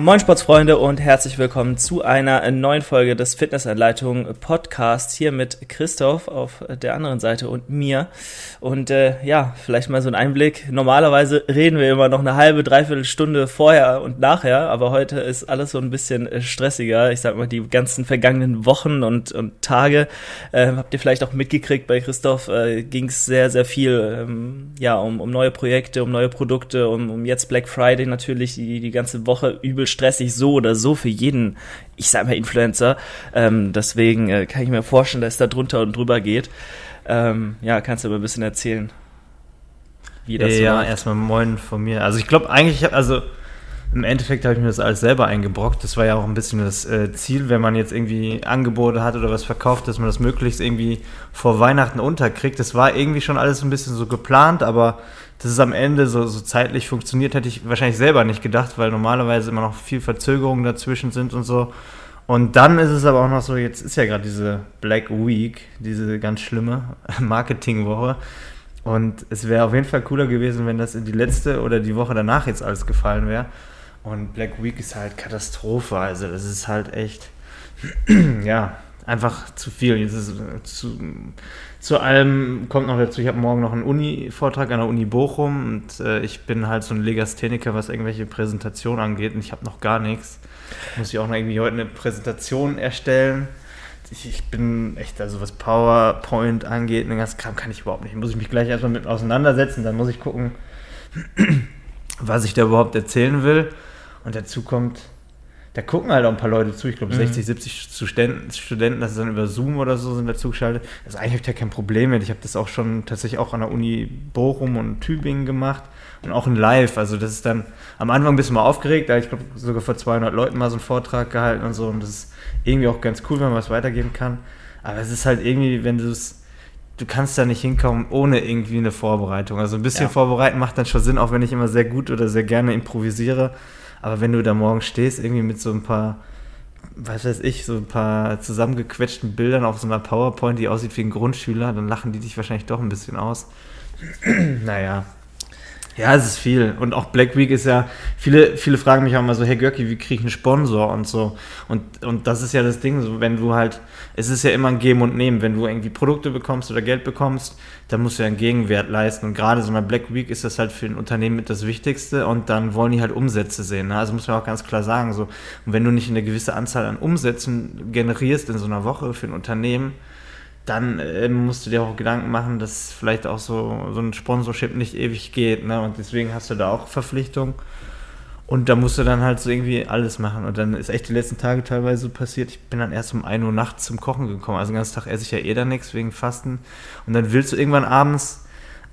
Moin Sportsfreunde und herzlich willkommen zu einer neuen Folge des Fitnessanleitung Podcasts hier mit Christoph auf der anderen Seite und mir. Und vielleicht mal so ein Einblick. Normalerweise reden wir immer noch eine halbe, dreiviertel Stunde vorher und nachher, aber heute ist alles so ein bisschen stressiger. Ich sag mal, die ganzen vergangenen Wochen und Tage habt ihr vielleicht auch mitgekriegt. Bei Christoph ging es sehr, sehr viel um neue Projekte, um neue Produkte, um jetzt Black Friday natürlich die ganze Woche übel stressig so oder so für jeden, ich sag mal, Influencer. Deswegen kann ich mir vorstellen, dass es da drunter und drüber geht. Kannst du aber ein bisschen erzählen, wie das so Ja, erstmal moin von mir. Also ich glaube eigentlich, im Endeffekt habe ich mir das alles selber eingebrockt. Das war ja auch ein bisschen das Ziel, wenn man jetzt irgendwie Angebote hat oder was verkauft, dass man das möglichst irgendwie vor Weihnachten unterkriegt. Das war irgendwie schon alles ein bisschen so geplant, aber dass es am Ende so zeitlich funktioniert, hätte ich wahrscheinlich selber nicht gedacht, weil normalerweise immer noch viel Verzögerungen dazwischen sind und so. Und dann ist es aber auch noch so, jetzt ist ja gerade diese Black Week, diese ganz schlimme Marketingwoche. Und es wäre auf jeden Fall cooler gewesen, wenn das in die letzte oder die Woche danach jetzt alles gefallen wäre. Und Black Week ist halt Katastrophe, also das ist halt echt, einfach zu viel. Jetzt ist zu allem kommt noch dazu, ich habe morgen noch einen Uni-Vortrag an der Uni Bochum und ich bin halt so ein Legastheniker, was irgendwelche Präsentationen angeht und ich habe noch gar nichts. Muss ich auch noch irgendwie heute eine Präsentation erstellen. Ich bin echt, also was PowerPoint angeht, den ganzen Kram kann ich überhaupt nicht. Muss ich mich gleich erstmal mit auseinandersetzen, dann muss ich gucken, was ich da überhaupt erzählen will. Und dazu kommt, da gucken halt auch ein paar Leute zu, ich glaube 60, 70 Studenten, das ist dann über Zoom oder so, sind dazu geschaltet. Also eigentlich habe ich da kein Problem mit. Ich habe das auch schon tatsächlich auch an der Uni Bochum und Tübingen gemacht und auch in Live. Also das ist dann am Anfang ein bisschen mal aufgeregt, da habe ich glaube sogar vor 200 Leuten mal so einen Vortrag gehalten und so und das ist irgendwie auch ganz cool, wenn man was weitergeben kann. Aber es ist halt irgendwie, wenn du kannst da nicht hinkommen ohne irgendwie eine Vorbereitung. Also ein bisschen vorbereiten macht dann schon Sinn, auch wenn ich immer sehr gut oder sehr gerne improvisiere. Aber wenn du da morgen stehst, irgendwie mit so ein paar, so ein paar zusammengequetschten Bildern auf so einer PowerPoint, die aussieht wie ein Grundschüler, dann lachen die dich wahrscheinlich doch ein bisschen aus. Naja. Ja, es ist viel. Und auch Black Week ist ja, viele fragen mich auch mal so, hey Görki, wie kriege ich einen Sponsor und so. Und das ist ja das Ding, so wenn du halt, es ist ja immer ein Geben und Nehmen. Wenn du irgendwie Produkte bekommst oder Geld bekommst, dann musst du ja einen Gegenwert leisten. Und gerade so eine Black Week ist das halt für ein Unternehmen mit das Wichtigste und dann wollen die halt Umsätze sehen. Ne? Also muss man auch ganz klar sagen, so. Und wenn du nicht eine gewisse Anzahl an Umsätzen generierst in so einer Woche für ein Unternehmen, dann musst du dir auch Gedanken machen, dass vielleicht auch so ein Sponsorship nicht ewig geht, ne? Und deswegen hast du da auch Verpflichtungen und da musst du dann halt so irgendwie alles machen und dann ist echt die letzten Tage teilweise so passiert, ich bin dann erst um 1 Uhr nachts zum Kochen gekommen, also den ganzen Tag esse ich ja dann nichts wegen Fasten und dann willst du irgendwann abends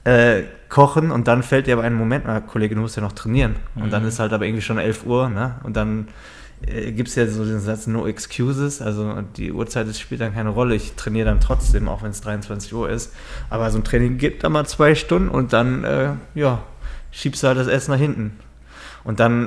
kochen und dann fällt dir aber ein Moment, Kollege, du musst ja noch trainieren und dann ist halt aber irgendwie schon 11 Uhr, ne? Und dann gibt es ja so den Satz No Excuses, also die Uhrzeit spielt dann keine Rolle, ich trainiere dann trotzdem, auch wenn es 23 Uhr ist, aber so ein Training gibt da mal 2 Stunden und dann, schiebst du halt das Essen nach hinten und dann,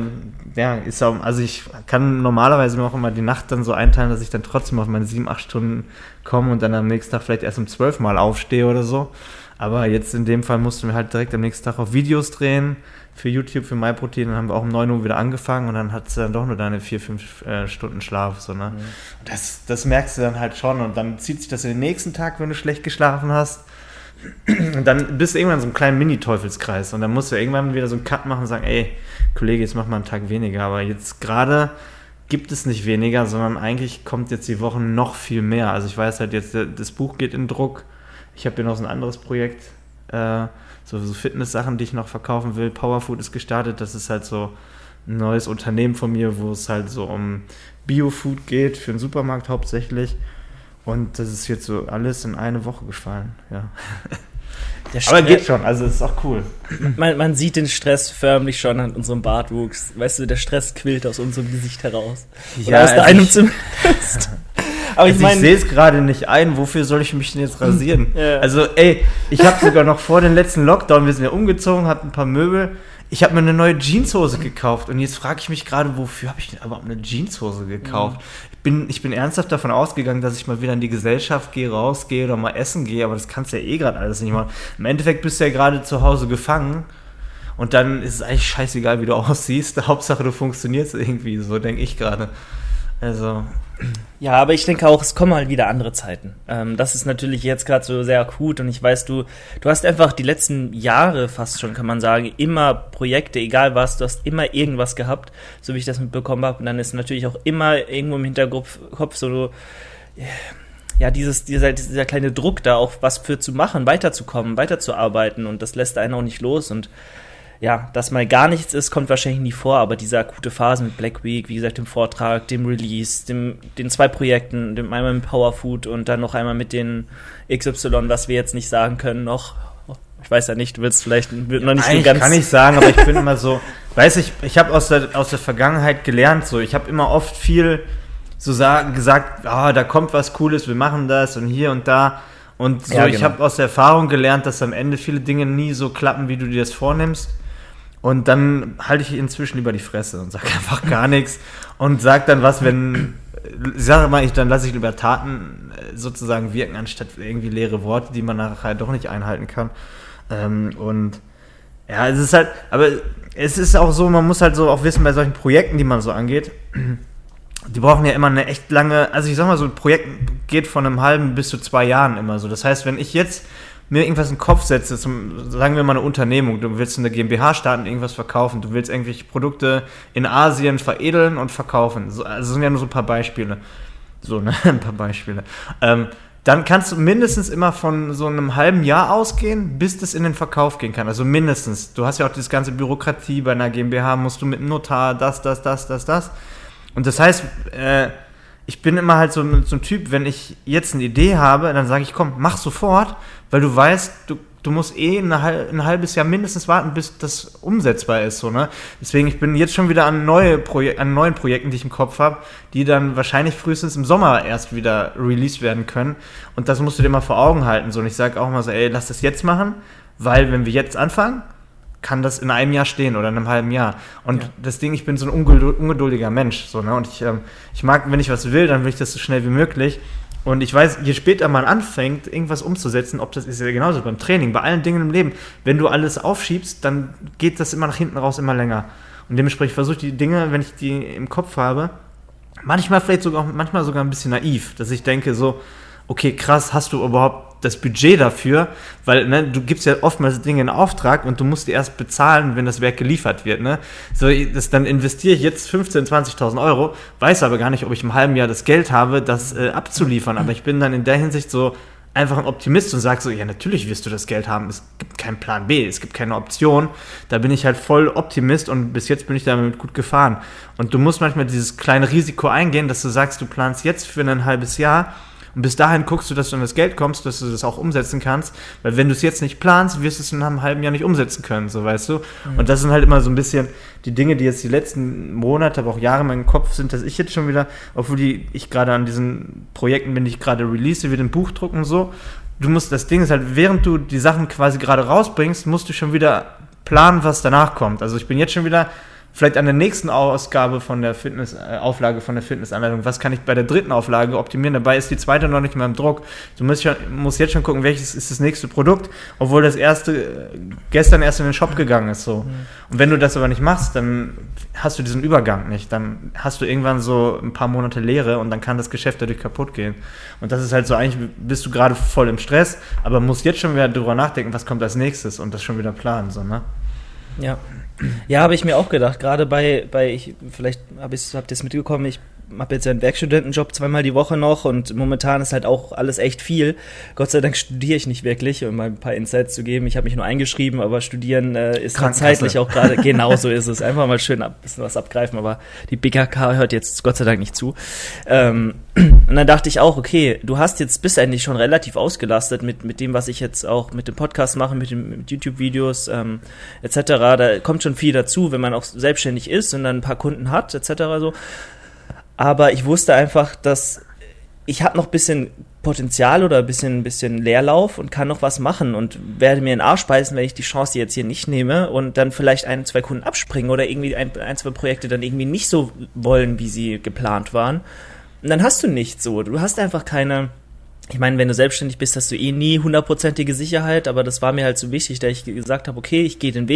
ist auch, also ich kann normalerweise mir auch immer die Nacht dann so einteilen, dass ich dann trotzdem auf meine 7-8 Stunden komme und dann am nächsten Tag vielleicht erst um 12 Mal aufstehe oder so, aber jetzt in dem Fall mussten wir halt direkt am nächsten Tag auch Videos drehen, für YouTube, für MyProtein, dann haben wir auch um 9 Uhr wieder angefangen und dann hat es dann doch nur deine 4-5 Stunden Schlaf. So, ne? Das merkst du dann halt schon und dann zieht sich das in den nächsten Tag, wenn du schlecht geschlafen hast und dann bist du irgendwann in so einem kleinen Mini-Teufelskreis und dann musst du irgendwann wieder so einen Cut machen und sagen, ey, Kollege, jetzt mach mal einen Tag weniger, aber jetzt gerade gibt es nicht weniger, sondern eigentlich kommt jetzt die Woche noch viel mehr. Also ich weiß halt jetzt, das Buch geht in Druck, ich habe hier noch so ein anderes Projekt, so Fitness-Sachen, die ich noch verkaufen will. Powerfood ist gestartet, das ist halt so ein neues Unternehmen von mir, wo es halt so um Biofood geht, für den Supermarkt hauptsächlich. Und das ist jetzt so alles in eine Woche gefallen, ja. Aber geht schon, also es ist auch cool. Man sieht den Stress förmlich schon an unserem Bartwuchs. Weißt du, der Stress quillt aus unserem Gesicht heraus. Ja, aus einem zumindest. Aber ich sehe es gerade nicht ein, wofür soll ich mich denn jetzt rasieren? Ja. Also ich habe sogar noch vor den letzten Lockdown, wir sind ja umgezogen, hatten ein paar Möbel, ich habe mir eine neue Jeanshose gekauft und jetzt frage ich mich gerade, wofür habe ich denn überhaupt eine Jeanshose gekauft? Ich bin ernsthaft davon ausgegangen, dass ich mal wieder in die Gesellschaft gehe, rausgehe oder mal essen gehe, aber das kannst du ja gerade alles nicht machen. Im Endeffekt bist du ja gerade zu Hause gefangen und dann ist es eigentlich scheißegal, wie du aussiehst. Hauptsache, du funktionierst irgendwie, so denke ich gerade. Also... Ja, aber ich denke auch, es kommen halt wieder andere Zeiten. Das ist natürlich jetzt gerade so sehr akut und ich weiß, du hast einfach die letzten Jahre fast schon, kann man sagen, immer Projekte, egal was, du hast immer irgendwas gehabt, so wie ich das mitbekommen habe. Und dann ist natürlich auch immer irgendwo im Hinterkopf so, ja, dieser kleine Druck da, auch was für zu machen, weiterzukommen, weiterzuarbeiten und das lässt einen auch nicht los und ja, dass mal gar nichts ist, kommt wahrscheinlich nie vor, aber diese akute Phase mit Black Week, wie gesagt, dem Vortrag, dem Release, den 2 Projekten, dem einmal mit Power Food und dann noch einmal mit den XY, was wir jetzt nicht sagen können noch. Ich weiß ja nicht, du willst vielleicht noch nicht so ganz... Kann ich sagen, aber ich bin immer so, weiß ich habe aus der Vergangenheit gelernt, so, ich habe immer oft viel so gesagt, da kommt was Cooles, wir machen das und hier und da und so, ja, genau. Ich habe aus der Erfahrung gelernt, dass am Ende viele Dinge nie so klappen, wie du dir das vornimmst. Und dann halte ich inzwischen lieber die Fresse und sage einfach gar nichts und sage dann was, dann lasse ich lieber Taten sozusagen wirken, anstatt irgendwie leere Worte, die man nachher doch nicht einhalten kann. Und ja, es ist halt, aber es ist auch so, man muss halt so auch wissen, bei solchen Projekten, die man so angeht, die brauchen ja immer eine echt lange, also ich sag mal so, ein Projekt geht von einem halben bis zu 2 Jahren immer so. Das heißt, wenn ich jetzt mir irgendwas in den Kopf setze, sagen wir mal eine Unternehmung, du willst eine GmbH starten, irgendwas verkaufen, du willst irgendwelche Produkte in Asien veredeln und verkaufen. Also das sind ja nur so ein paar Beispiele. Ein paar Beispiele. Dann kannst du mindestens immer von so einem halben Jahr ausgehen, bis das in den Verkauf gehen kann. Also mindestens. Du hast ja auch das ganze Bürokratie bei einer GmbH, musst du mit einem Notar, das. Und das heißt, ich bin immer halt so ein Typ, wenn ich jetzt eine Idee habe, dann sage ich, komm, mach sofort, weil du weißt, du musst ein halbes Jahr mindestens warten, bis das umsetzbar ist. So, ne? Deswegen, ich bin jetzt schon wieder an neuen Projekten, die ich im Kopf habe, die dann wahrscheinlich frühestens im Sommer erst wieder released werden können. Und das musst du dir mal vor Augen halten. So. Und ich sage auch mal so, lass das jetzt machen, weil wenn wir jetzt anfangen, kann das in einem Jahr stehen oder in einem halben Jahr. Und das Ding, ich bin so ein ungeduldiger Mensch. So, ne? Und ich mag, wenn ich was will, dann will ich das so schnell wie möglich. Und ich weiß, je später man anfängt, irgendwas umzusetzen, ob das ist ja genauso beim Training, bei allen Dingen im Leben, wenn du alles aufschiebst, dann geht das immer nach hinten raus immer länger. Und dementsprechend versuche ich die Dinge, wenn ich die im Kopf habe, manchmal sogar ein bisschen naiv, dass ich denke so, okay, krass, hast du überhaupt das Budget dafür? Weil du gibst ja oftmals Dinge in Auftrag und du musst die erst bezahlen, wenn das Werk geliefert wird. Ne? So, dann investiere ich jetzt 15.000, 20.000 Euro, weiß aber gar nicht, ob ich im halben Jahr das Geld habe, das abzuliefern. Aber ich bin dann in der Hinsicht so einfach ein Optimist und sage so, ja, natürlich wirst du das Geld haben. Es gibt keinen Plan B, es gibt keine Option. Da bin ich halt voll Optimist und bis jetzt bin ich damit gut gefahren. Und du musst manchmal dieses kleine Risiko eingehen, dass du sagst, du planst jetzt für ein halbes Jahr, und bis dahin guckst du, dass du an das Geld kommst, dass du das auch umsetzen kannst. Weil wenn du es jetzt nicht planst, wirst du es in einem halben Jahr nicht umsetzen können, so weißt du. Mhm. Und das sind halt immer so ein bisschen die Dinge, die jetzt die letzten Monate, aber auch Jahre in meinem Kopf sind, dass ich jetzt schon wieder, obwohl ich gerade an diesen Projekten bin, die ich gerade release, wie den Buchdruck und so. Das Ding ist halt, während du die Sachen quasi gerade rausbringst, musst du schon wieder planen, was danach kommt. Also ich bin jetzt schon wieder vielleicht an der nächsten Ausgabe von der Auflage von der Fitnessanleitung, was kann ich bei der 3. Auflage optimieren? Dabei ist die 2. noch nicht mehr im Druck. Du musst jetzt schon gucken, welches ist das nächste Produkt, obwohl das erste gestern erst in den Shop gegangen ist. So. Und wenn du das aber nicht machst, dann hast du diesen Übergang nicht. Dann hast du irgendwann so ein paar Monate Leere und dann kann das Geschäft dadurch kaputt gehen. Und das ist halt so, eigentlich bist du gerade voll im Stress, aber musst jetzt schon wieder drüber nachdenken, was kommt als nächstes und das schon wieder planen. So, ne? Ja, habe ich mir auch gedacht, gerade vielleicht habt ihr es mitbekommen, ich habe jetzt ja einen Werkstudentenjob 2-mal die Woche noch und momentan ist halt auch alles echt viel. Gott sei Dank studiere ich nicht wirklich, um mal ein paar Insights zu geben. Ich habe mich nur eingeschrieben, aber studieren ist halt zeitlich auch gerade, genau so ist es. Einfach mal schön ein bisschen was abgreifen, aber die BKK hört jetzt Gott sei Dank nicht zu. Und dann dachte ich auch, okay, du bist eigentlich schon relativ ausgelastet mit dem, was ich jetzt auch mit dem Podcast mache, mit YouTube-Videos etc. Da kommt schon viel dazu, wenn man auch selbstständig ist und dann ein paar Kunden hat etc. so. Aber ich wusste einfach, dass ich habe noch ein bisschen Potenzial oder ein bisschen Leerlauf und kann noch was machen und werde mir in den Arsch beißen, wenn ich die Chance jetzt hier nicht nehme und dann vielleicht 1-2 Kunden abspringen oder irgendwie 1-2 Projekte dann irgendwie nicht so wollen, wie sie geplant waren. Und dann hast du nichts so. Du hast einfach keine... Ich meine, wenn du selbstständig bist, hast du nie 100%ige Sicherheit, aber das war mir halt so wichtig, da ich gesagt habe, okay, ich gehe den Weg, ich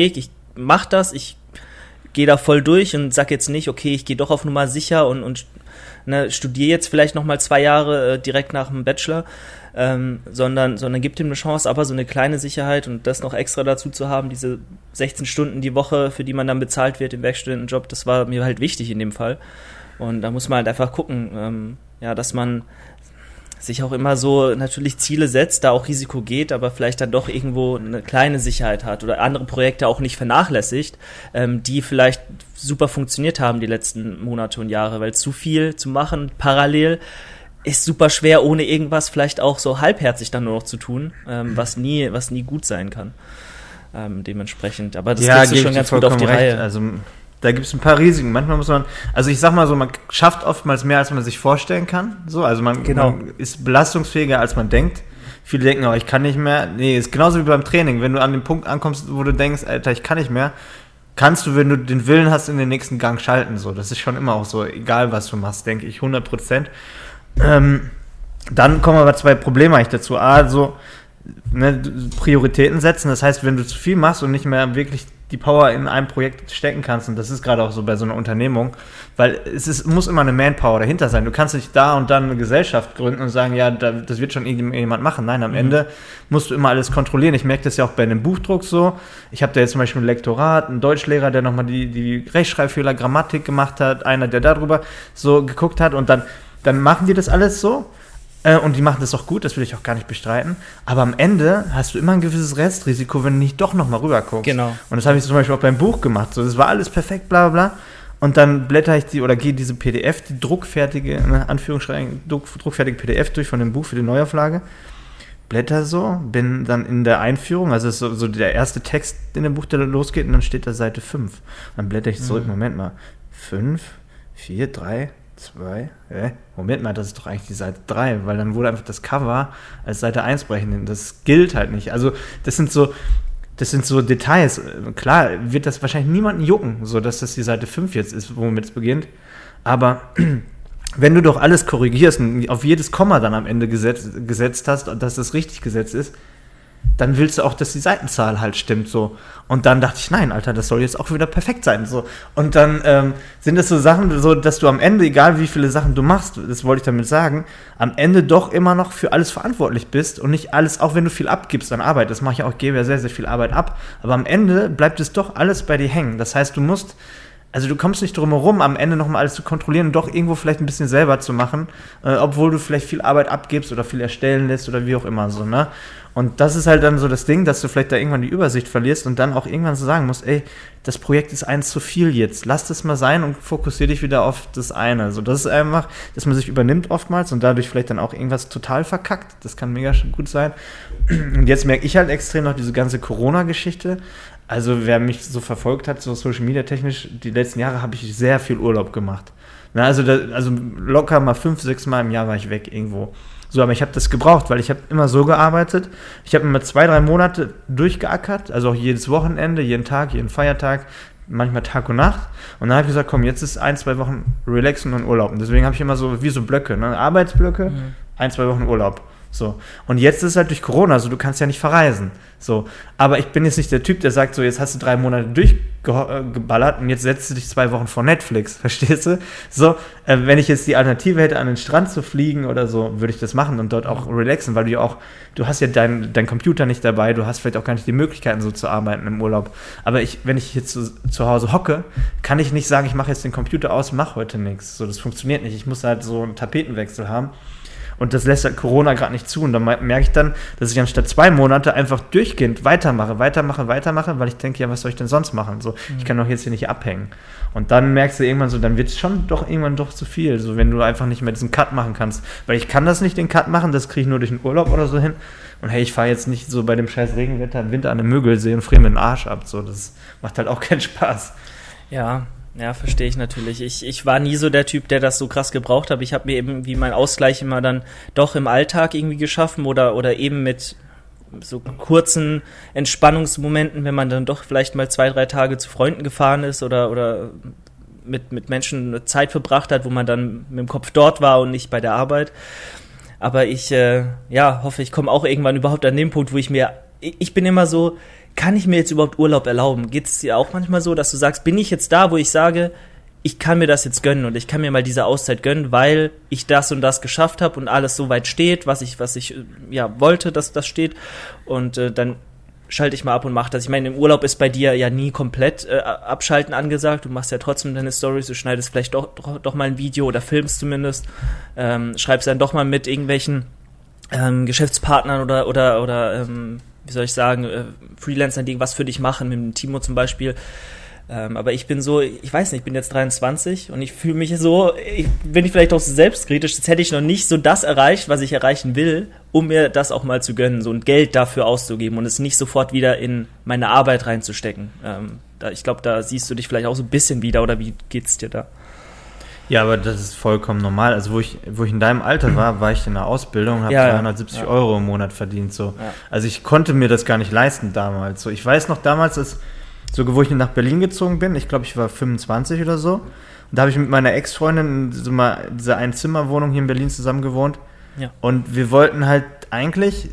mache das, ich gehe da voll durch und sag jetzt nicht, okay, ich gehe doch auf Nummer sicher und studiere jetzt vielleicht nochmal 2 Jahre direkt nach dem Bachelor, sondern gibt ihm eine Chance, aber so eine kleine Sicherheit und das noch extra dazu zu haben, diese 16 Stunden die Woche, für die man dann bezahlt wird im Werkstudentenjob, das war mir halt wichtig in dem Fall. Und da muss man halt einfach gucken, dass man sich auch immer so natürlich Ziele setzt, da auch Risiko geht, aber vielleicht dann doch irgendwo eine kleine Sicherheit hat oder andere Projekte auch nicht vernachlässigt, die vielleicht super funktioniert haben die letzten Monate und Jahre, weil zu viel zu machen parallel ist super schwer, ohne irgendwas vielleicht auch so halbherzig dann nur noch zu tun, was nie gut sein kann. Dementsprechend. Aber das kriegst du schon ganz gut auf die Reihe. Also da gibt es ein paar Risiken. Manchmal muss man, also ich sag mal so, man schafft oftmals mehr, als man sich vorstellen kann. So, also man ist belastungsfähiger, als man denkt. Viele denken, ich kann nicht mehr. Nee, ist genauso wie beim Training. Wenn du an den Punkt ankommst, wo du denkst, Alter, ich kann nicht mehr, kannst du, wenn du den Willen hast, in den nächsten Gang schalten. So, das ist schon immer auch so, egal was du machst, denke ich, 100%. Dann kommen aber 2 Probleme eigentlich dazu. Also Prioritäten setzen. Das heißt, wenn du zu viel machst und nicht mehr wirklich die Power in einem Projekt stecken kannst, und das ist gerade auch so bei so einer Unternehmung, weil muss immer eine Manpower dahinter sein. Du kannst nicht da und dann eine Gesellschaft gründen und sagen, ja, das wird schon irgendjemand machen. Nein, am Ende musst du immer alles kontrollieren. Ich merke das ja auch bei einem Buchdruck so. Ich habe da jetzt zum Beispiel ein Lektorat, einen Deutschlehrer, der nochmal die Rechtschreibfehler, Grammatik gemacht hat, einer, der darüber so geguckt hat, und dann machen die das alles so. Und die machen das auch gut, das will ich auch gar nicht bestreiten. Aber am Ende hast du immer ein gewisses Restrisiko, wenn du nicht doch nochmal rüber guckst. Genau. Und das habe ich zum Beispiel auch beim Buch gemacht. So, das war alles perfekt, bla bla bla. Und dann blätter ich gehe diese PDF, die druckfertige, Anführungsstrichen, druckfertige PDF durch von dem Buch für die Neuauflage. Blätter so, bin dann in der Einführung, also ist so der erste Text in dem Buch, der losgeht, und dann steht da Seite 5. Dann blätter ich zurück, Moment mal, 5, 4, 3... 2, Moment mal, das ist doch eigentlich die Seite 3, weil dann wurde einfach das Cover als Seite 1 berechnet. Das gilt halt nicht. Also das sind so Details. Klar wird das wahrscheinlich niemanden jucken, so dass das die Seite 5 jetzt ist, womit es beginnt. Aber wenn du doch alles korrigierst und auf jedes Komma dann am Ende gesetzt hast, dass das richtig gesetzt ist, dann willst du auch, dass die Seitenzahl halt stimmt, so. Und dann dachte ich, nein, Alter, das soll jetzt auch wieder perfekt sein, so. Und dann sind das so Sachen, so, dass du am Ende, egal wie viele Sachen du machst, das wollte ich damit sagen, am Ende doch immer noch für alles verantwortlich bist und nicht alles, auch wenn du viel abgibst an Arbeit, das mache ich auch, ich gebe ja sehr, sehr viel Arbeit ab, aber am Ende bleibt es doch alles bei dir hängen. Das heißt, du kommst nicht drum herum, am Ende nochmal alles zu kontrollieren und doch irgendwo vielleicht ein bisschen selber zu machen, obwohl du vielleicht viel Arbeit abgibst oder viel erstellen lässt oder wie auch immer, so, ne? Und das ist halt dann so das Ding, dass du vielleicht da irgendwann die Übersicht verlierst und dann auch irgendwann so sagen musst, ey, das Projekt ist eins zu viel jetzt, lass das mal sein und fokussier dich wieder auf das eine. So, das ist einfach, dass man sich übernimmt oftmals und dadurch vielleicht dann auch irgendwas total verkackt. Das kann mega gut sein. Und jetzt merke ich halt extrem noch diese ganze Corona-Geschichte. Also wer mich so verfolgt hat, so Social Media technisch, die letzten Jahre habe ich sehr viel Urlaub gemacht. Na, also locker mal 5-6 Mal im Jahr war ich weg irgendwo. So, aber ich habe das gebraucht, weil ich habe immer so gearbeitet. Ich habe immer 2-3 Monate durchgeackert, also auch jedes Wochenende, jeden Tag, jeden Feiertag, manchmal Tag und Nacht. Und dann habe ich gesagt, komm, jetzt ist 1-2 Wochen relaxen und Urlaub. Und deswegen habe ich immer so wie so Blöcke, ne? Arbeitsblöcke, 1-2 Wochen Urlaub. So. Und jetzt ist es halt durch Corona, also du kannst ja nicht verreisen. So. Aber ich bin jetzt nicht der Typ, der sagt so, jetzt hast du 3 Monate durchgeballert und jetzt setzt du dich 2 Wochen vor Netflix, verstehst du? So, wenn ich jetzt die Alternative hätte, an den Strand zu fliegen oder so, würde ich das machen und dort auch relaxen, weil du hast ja dein Computer nicht dabei, du hast vielleicht auch gar nicht die Möglichkeiten, so zu arbeiten im Urlaub. Aber wenn ich jetzt zu Hause hocke, kann ich nicht sagen, ich mache jetzt den Computer aus, mache heute nichts. So, das funktioniert nicht. Ich muss halt so einen Tapetenwechsel haben. Und das lässt halt Corona gerade nicht zu. Und dann merke ich dann, dass ich anstatt 2 Monate einfach durchgehend weitermache, weil ich denke, ja, was soll ich denn sonst machen? So, ich kann doch jetzt hier nicht abhängen. Und dann merkst du irgendwann so, dann wird es schon irgendwann zu viel, so wenn du einfach nicht mehr diesen Cut machen kannst. Weil ich kann das nicht, den Cut machen, das kriege ich nur durch den Urlaub oder so hin. Und hey, ich fahre jetzt nicht so bei dem scheiß Regenwetter im Winter an den Mögelsee und friere mir den Arsch ab. So, das macht halt auch keinen Spaß. Ja, verstehe ich natürlich. Ich war nie so der Typ, der das so krass gebraucht hat. Ich habe mir eben wie mein Ausgleich immer dann doch im Alltag irgendwie geschaffen oder eben mit so kurzen Entspannungsmomenten, wenn man dann doch vielleicht mal 2-3 Tage zu Freunden gefahren ist oder mit Menschen Zeit verbracht hat, wo man dann mit dem Kopf dort war und nicht bei der Arbeit. Aber ich hoffe, ich komme auch irgendwann überhaupt an den Punkt, wo ich bin immer so, kann ich mir jetzt überhaupt Urlaub erlauben? Geht es dir auch manchmal so, dass du sagst, bin ich jetzt da, wo ich sage, ich kann mir das jetzt gönnen und ich kann mir mal diese Auszeit gönnen, weil ich das und das geschafft habe und alles so weit steht, was ich wollte, dass das steht, und dann schalte ich mal ab und mache das. Ich meine, im Urlaub ist bei dir ja nie komplett abschalten angesagt. Du machst ja trotzdem deine Storys, du schneidest vielleicht doch mal ein Video oder filmst zumindest, schreibst dann doch mal mit irgendwelchen Geschäftspartnern oder wie soll ich sagen, Freelancern, die was für dich machen, mit dem Timo zum Beispiel. Aber ich bin so, ich weiß nicht, ich bin jetzt 23 und ich fühle mich so, bin ich vielleicht auch so selbstkritisch, jetzt hätte ich noch nicht so das erreicht, was ich erreichen will, um mir das auch mal zu gönnen, so ein Geld dafür auszugeben und es nicht sofort wieder in meine Arbeit reinzustecken. Ich glaube, da siehst du dich vielleicht auch so ein bisschen wieder, oder wie geht's dir da? Ja, aber das ist vollkommen normal. Also wo ich in deinem Alter war ich in der Ausbildung und habe 370 Euro im Monat verdient. So. Ja. Also ich konnte mir das gar nicht leisten damals. So, ich weiß noch damals, wo ich nach Berlin gezogen bin, ich glaube, ich war 25 oder so. Und da habe ich mit meiner Ex-Freundin in dieser Einzimmerwohnung hier in Berlin zusammen gewohnt. Ja. Und wir wollten halt eigentlich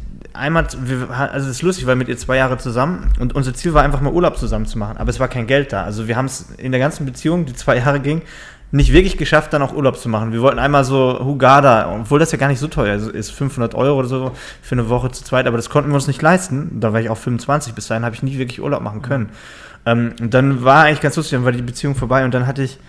also es ist lustig, weil mit ihr 2 Jahre zusammen und unser Ziel war einfach mal Urlaub zusammen zu machen. Aber es war kein Geld da. Also wir haben es in der ganzen Beziehung, die 2 Jahre ging, nicht wirklich geschafft, dann auch Urlaub zu machen. Wir wollten einmal so Hurghada, obwohl das ja gar nicht so teuer ist, 500 Euro oder so für eine Woche zu zweit, aber das konnten wir uns nicht leisten. Da war ich auch 25, bis dahin habe ich nie wirklich Urlaub machen können. Und dann war eigentlich ganz lustig, dann war die Beziehung vorbei und dann hatte ich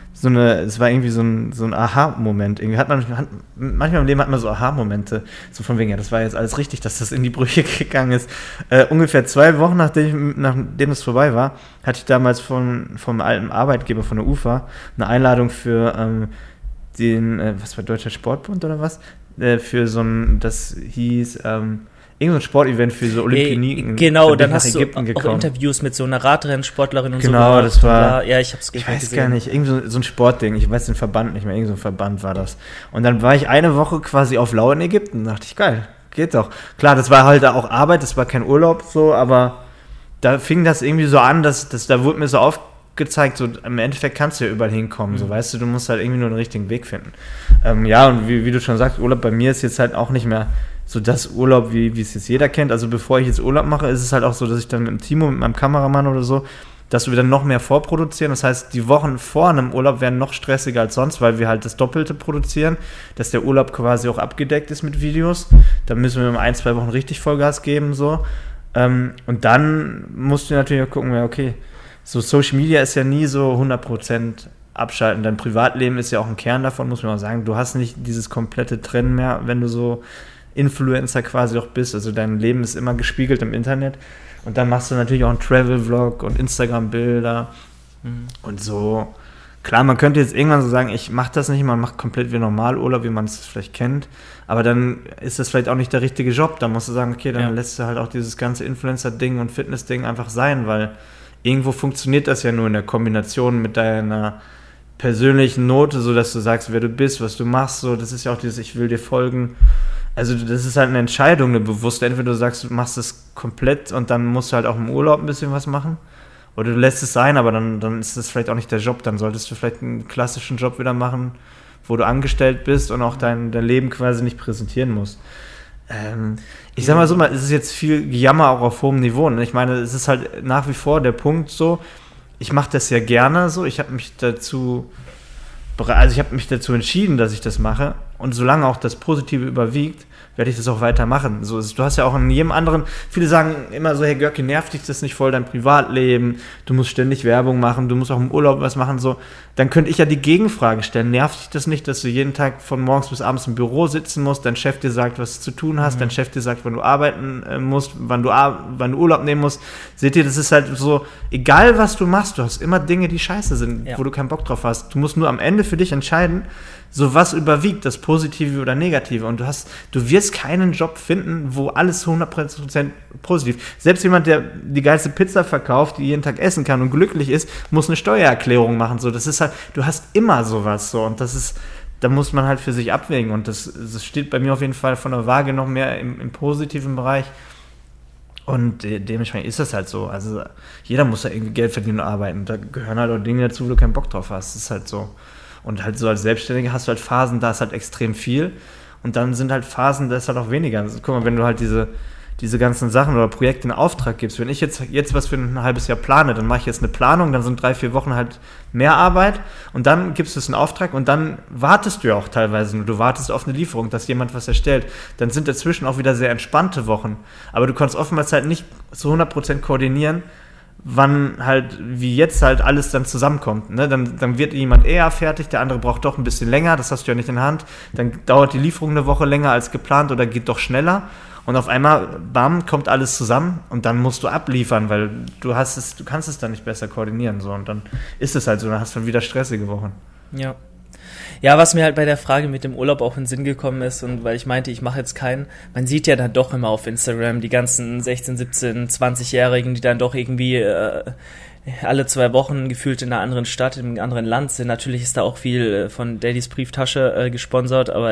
es war irgendwie so ein Aha-Moment. Irgendwie manchmal im Leben hat man so Aha-Momente, so von wegen, ja, das war jetzt alles richtig, dass das in die Brüche gegangen ist. Ungefähr 2 Wochen, nachdem es vorbei war, hatte ich damals vom alten Arbeitgeber von der UFA eine Einladung für was war Deutscher Sportbund oder was? Für das hieß, irgendein Sportevent für so Olympionien. Genau, dann hast du auch Interviews mit so einer Radrennsportlerin und so. Genau, das war... Ja, ich hab's gesehen. Ich weiß gar nicht, irgend so ein Sportding, ich weiß den Verband nicht mehr, irgend so ein Verband war das. Und dann war ich eine Woche quasi auf Lau in Ägypten, da dachte ich, geil, geht doch. Klar, das war halt auch Arbeit, das war kein Urlaub so, aber da fing das irgendwie so an, dass da wurde mir so aufgezeigt, so im Endeffekt kannst du ja überall hinkommen, so, weißt du musst halt irgendwie nur den richtigen Weg finden. Ja, und wie du schon sagst, Urlaub bei mir ist jetzt halt auch nicht mehr so das Urlaub, wie es jetzt jeder kennt. Also bevor ich jetzt Urlaub mache, ist es halt auch so, dass ich dann mit dem Timo, mit meinem Kameramann oder so, dass wir dann noch mehr vorproduzieren. Das heißt, die Wochen vor einem Urlaub werden noch stressiger als sonst, weil wir halt das Doppelte produzieren, dass der Urlaub quasi auch abgedeckt ist mit Videos. Da müssen wir 1-2 Wochen richtig Vollgas geben, so. Und dann musst du natürlich auch gucken, ja, okay, so Social Media ist ja nie so 100% abschalten. Dein Privatleben ist ja auch ein Kern davon, muss man auch sagen. Du hast nicht dieses komplette Trennen mehr, wenn du so Influencer quasi auch bist, also dein Leben ist immer gespiegelt im Internet und dann machst du natürlich auch einen Travel-Vlog und Instagram-Bilder und so. Klar, man könnte jetzt irgendwann so sagen, ich mache das nicht, man macht komplett wie Normalurlaub, wie man es vielleicht kennt, aber dann ist das vielleicht auch nicht der richtige Job, dann musst du sagen, okay, dann lässt du halt auch dieses ganze Influencer-Ding und Fitness-Ding einfach sein, weil irgendwo funktioniert das ja nur in der Kombination mit deiner persönlichen Note, so dass du sagst, wer du bist, was du machst, so, das ist ja auch dieses, ich will dir folgen. Also das ist halt eine Entscheidung, eine bewusste. Entweder du sagst, du machst es komplett und dann musst du halt auch im Urlaub ein bisschen was machen. Oder du lässt es sein, aber dann ist das vielleicht auch nicht der Job. Dann solltest du vielleicht einen klassischen Job wieder machen, wo du angestellt bist und auch dein Leben quasi nicht präsentieren musst. Ich sag mal so, es ist jetzt viel Gejammer auch auf hohem Niveau. Ne? Ich meine, es ist halt nach wie vor der Punkt so, ich mache das ja gerne so. Ich habe mich dazu entschieden, dass ich das mache. Und solange auch das Positive überwiegt, werde ich das auch weitermachen. So, du hast ja auch in jedem anderen, viele sagen immer so, hey Görki, nervt dich das nicht voll, dein Privatleben, du musst ständig Werbung machen, du musst auch im Urlaub was machen, so. Dann könnte ich ja die Gegenfrage stellen, nervt dich das nicht, dass du jeden Tag von morgens bis abends im Büro sitzen musst, dein Chef dir sagt, was du zu tun hast, dein Chef dir sagt, wann du arbeiten musst, wann du Urlaub nehmen musst. Seht ihr, das ist halt so, egal was du machst, du hast immer Dinge, die scheiße sind, wo du keinen Bock drauf hast. Du musst nur am Ende für dich entscheiden, so was überwiegt, das Positive oder Negative. Und du wirst keinen Job finden, wo alles 100% positiv. Selbst jemand, der die geilste Pizza verkauft, die jeden Tag essen kann und glücklich ist, muss eine Steuererklärung machen. So, das ist halt, du hast immer sowas so. Und da muss man halt für sich abwägen. Und das steht bei mir auf jeden Fall von der Waage noch mehr im positiven Bereich. Und dementsprechend ist das halt so. Also jeder muss da irgendwie Geld verdienen und arbeiten. Da gehören halt auch Dinge dazu, wo du keinen Bock drauf hast. Das ist halt so. Und halt so als Selbstständiger hast du halt Phasen, da ist halt extrem viel. Und dann sind halt Phasen, da ist halt auch weniger. Also, guck mal, wenn du halt diese ganzen Sachen oder Projekte in Auftrag gibst. Wenn ich jetzt was für ein halbes Jahr plane, dann mache ich jetzt eine Planung, dann sind 3-4 Wochen halt mehr Arbeit und dann gibst du es in Auftrag und dann wartest du ja auch teilweise nur. Du wartest auf eine Lieferung, dass jemand was erstellt. Dann sind dazwischen auch wieder sehr entspannte Wochen. Aber du kannst oftmals halt nicht zu 100% koordinieren, wann halt, wie jetzt halt alles dann zusammenkommt. Ne? Dann wird jemand eher fertig, der andere braucht doch ein bisschen länger, das hast du ja nicht in der Hand. Dann dauert die Lieferung eine Woche länger als geplant oder geht doch schneller. Und auf einmal, bam, kommt alles zusammen und dann musst du abliefern, weil du kannst es dann nicht besser koordinieren. So. Und dann ist es halt so, dann hast du dann wieder stressige Wochen. Ja. Ja, was mir halt bei der Frage mit dem Urlaub auch in den Sinn gekommen ist und weil ich meinte, ich mache jetzt keinen, man sieht ja dann doch immer auf Instagram die ganzen 16, 17, 20-Jährigen, die dann doch irgendwie alle 2 Wochen gefühlt in einer anderen Stadt, in einem anderen Land sind. Natürlich ist da auch viel von Daddys Brieftasche gesponsert, aber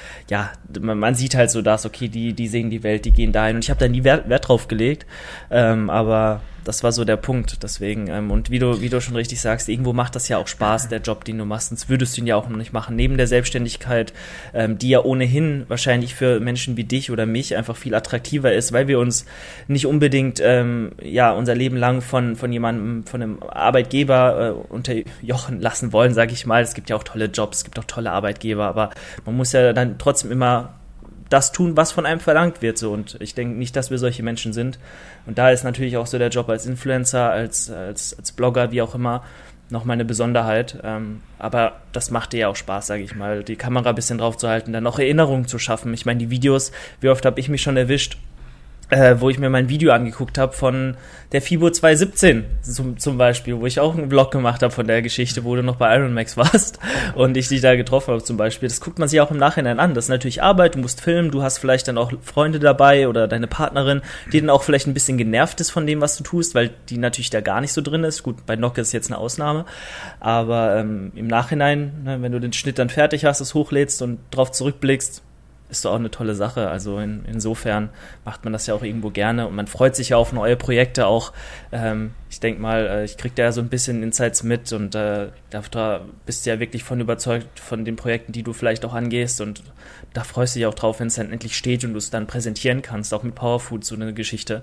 man sieht halt so das, okay, die sehen die Welt, die gehen dahin und ich habe da nie Wert drauf gelegt, aber das war so der Punkt, deswegen, und wie du schon richtig sagst, irgendwo macht das ja auch Spaß, der Job, den du machst, sonst würdest du ihn ja auch noch nicht machen, neben der Selbstständigkeit, die ja ohnehin wahrscheinlich für Menschen wie dich oder mich einfach viel attraktiver ist, weil wir uns nicht unbedingt, unser Leben lang von jemandem, von einem Arbeitgeber unterjochen lassen wollen, sage ich mal. Es gibt ja auch tolle Jobs, es gibt auch tolle Arbeitgeber, aber man muss ja dann trotzdem immer das tun, was von einem verlangt wird, so. Und ich denke nicht, dass wir solche Menschen sind. Und da ist natürlich auch so der Job als Influencer, als Blogger, wie auch immer, nochmal eine Besonderheit. Aber das macht dir ja auch Spaß, sage ich mal, die Kamera ein bisschen drauf zu halten, dann auch Erinnerungen zu schaffen. Ich meine, die Videos, wie oft habe ich mich schon erwischt, wo ich mir mein Video angeguckt habe von der FIBO 2017 zum Beispiel, wo ich auch einen Vlog gemacht habe von der Geschichte, wo du noch bei Ironmax warst und ich dich da getroffen habe zum Beispiel. Das guckt man sich auch im Nachhinein an. Das ist natürlich Arbeit, du musst filmen, du hast vielleicht dann auch Freunde dabei oder deine Partnerin, die dann auch vielleicht ein bisschen genervt ist von dem, was du tust, weil die natürlich da gar nicht so drin ist. Gut, bei Nock ist jetzt eine Ausnahme, aber im Nachhinein, ne, wenn du den Schnitt dann fertig hast, es hochlädst und drauf zurückblickst, ist doch auch eine tolle Sache. Also insofern macht man das ja auch irgendwo gerne und man freut sich ja auf neue Projekte auch. Ich denke mal, ich kriege da ja so ein bisschen Insights mit und da bist du ja wirklich von überzeugt von den Projekten, die du vielleicht auch angehst und da freust du dich auch drauf, wenn es dann endlich steht und du es dann präsentieren kannst, auch mit Powerfood, so eine Geschichte.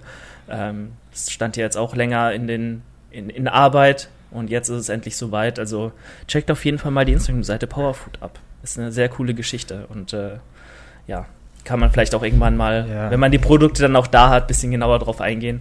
Das stand ja jetzt auch länger in Arbeit und jetzt ist es endlich soweit. Also checkt auf jeden Fall mal die Instagram-Seite Powerfood ab. Ist eine sehr coole Geschichte und kann man vielleicht auch irgendwann mal, wenn man die Produkte dann auch da hat, ein bisschen genauer drauf eingehen.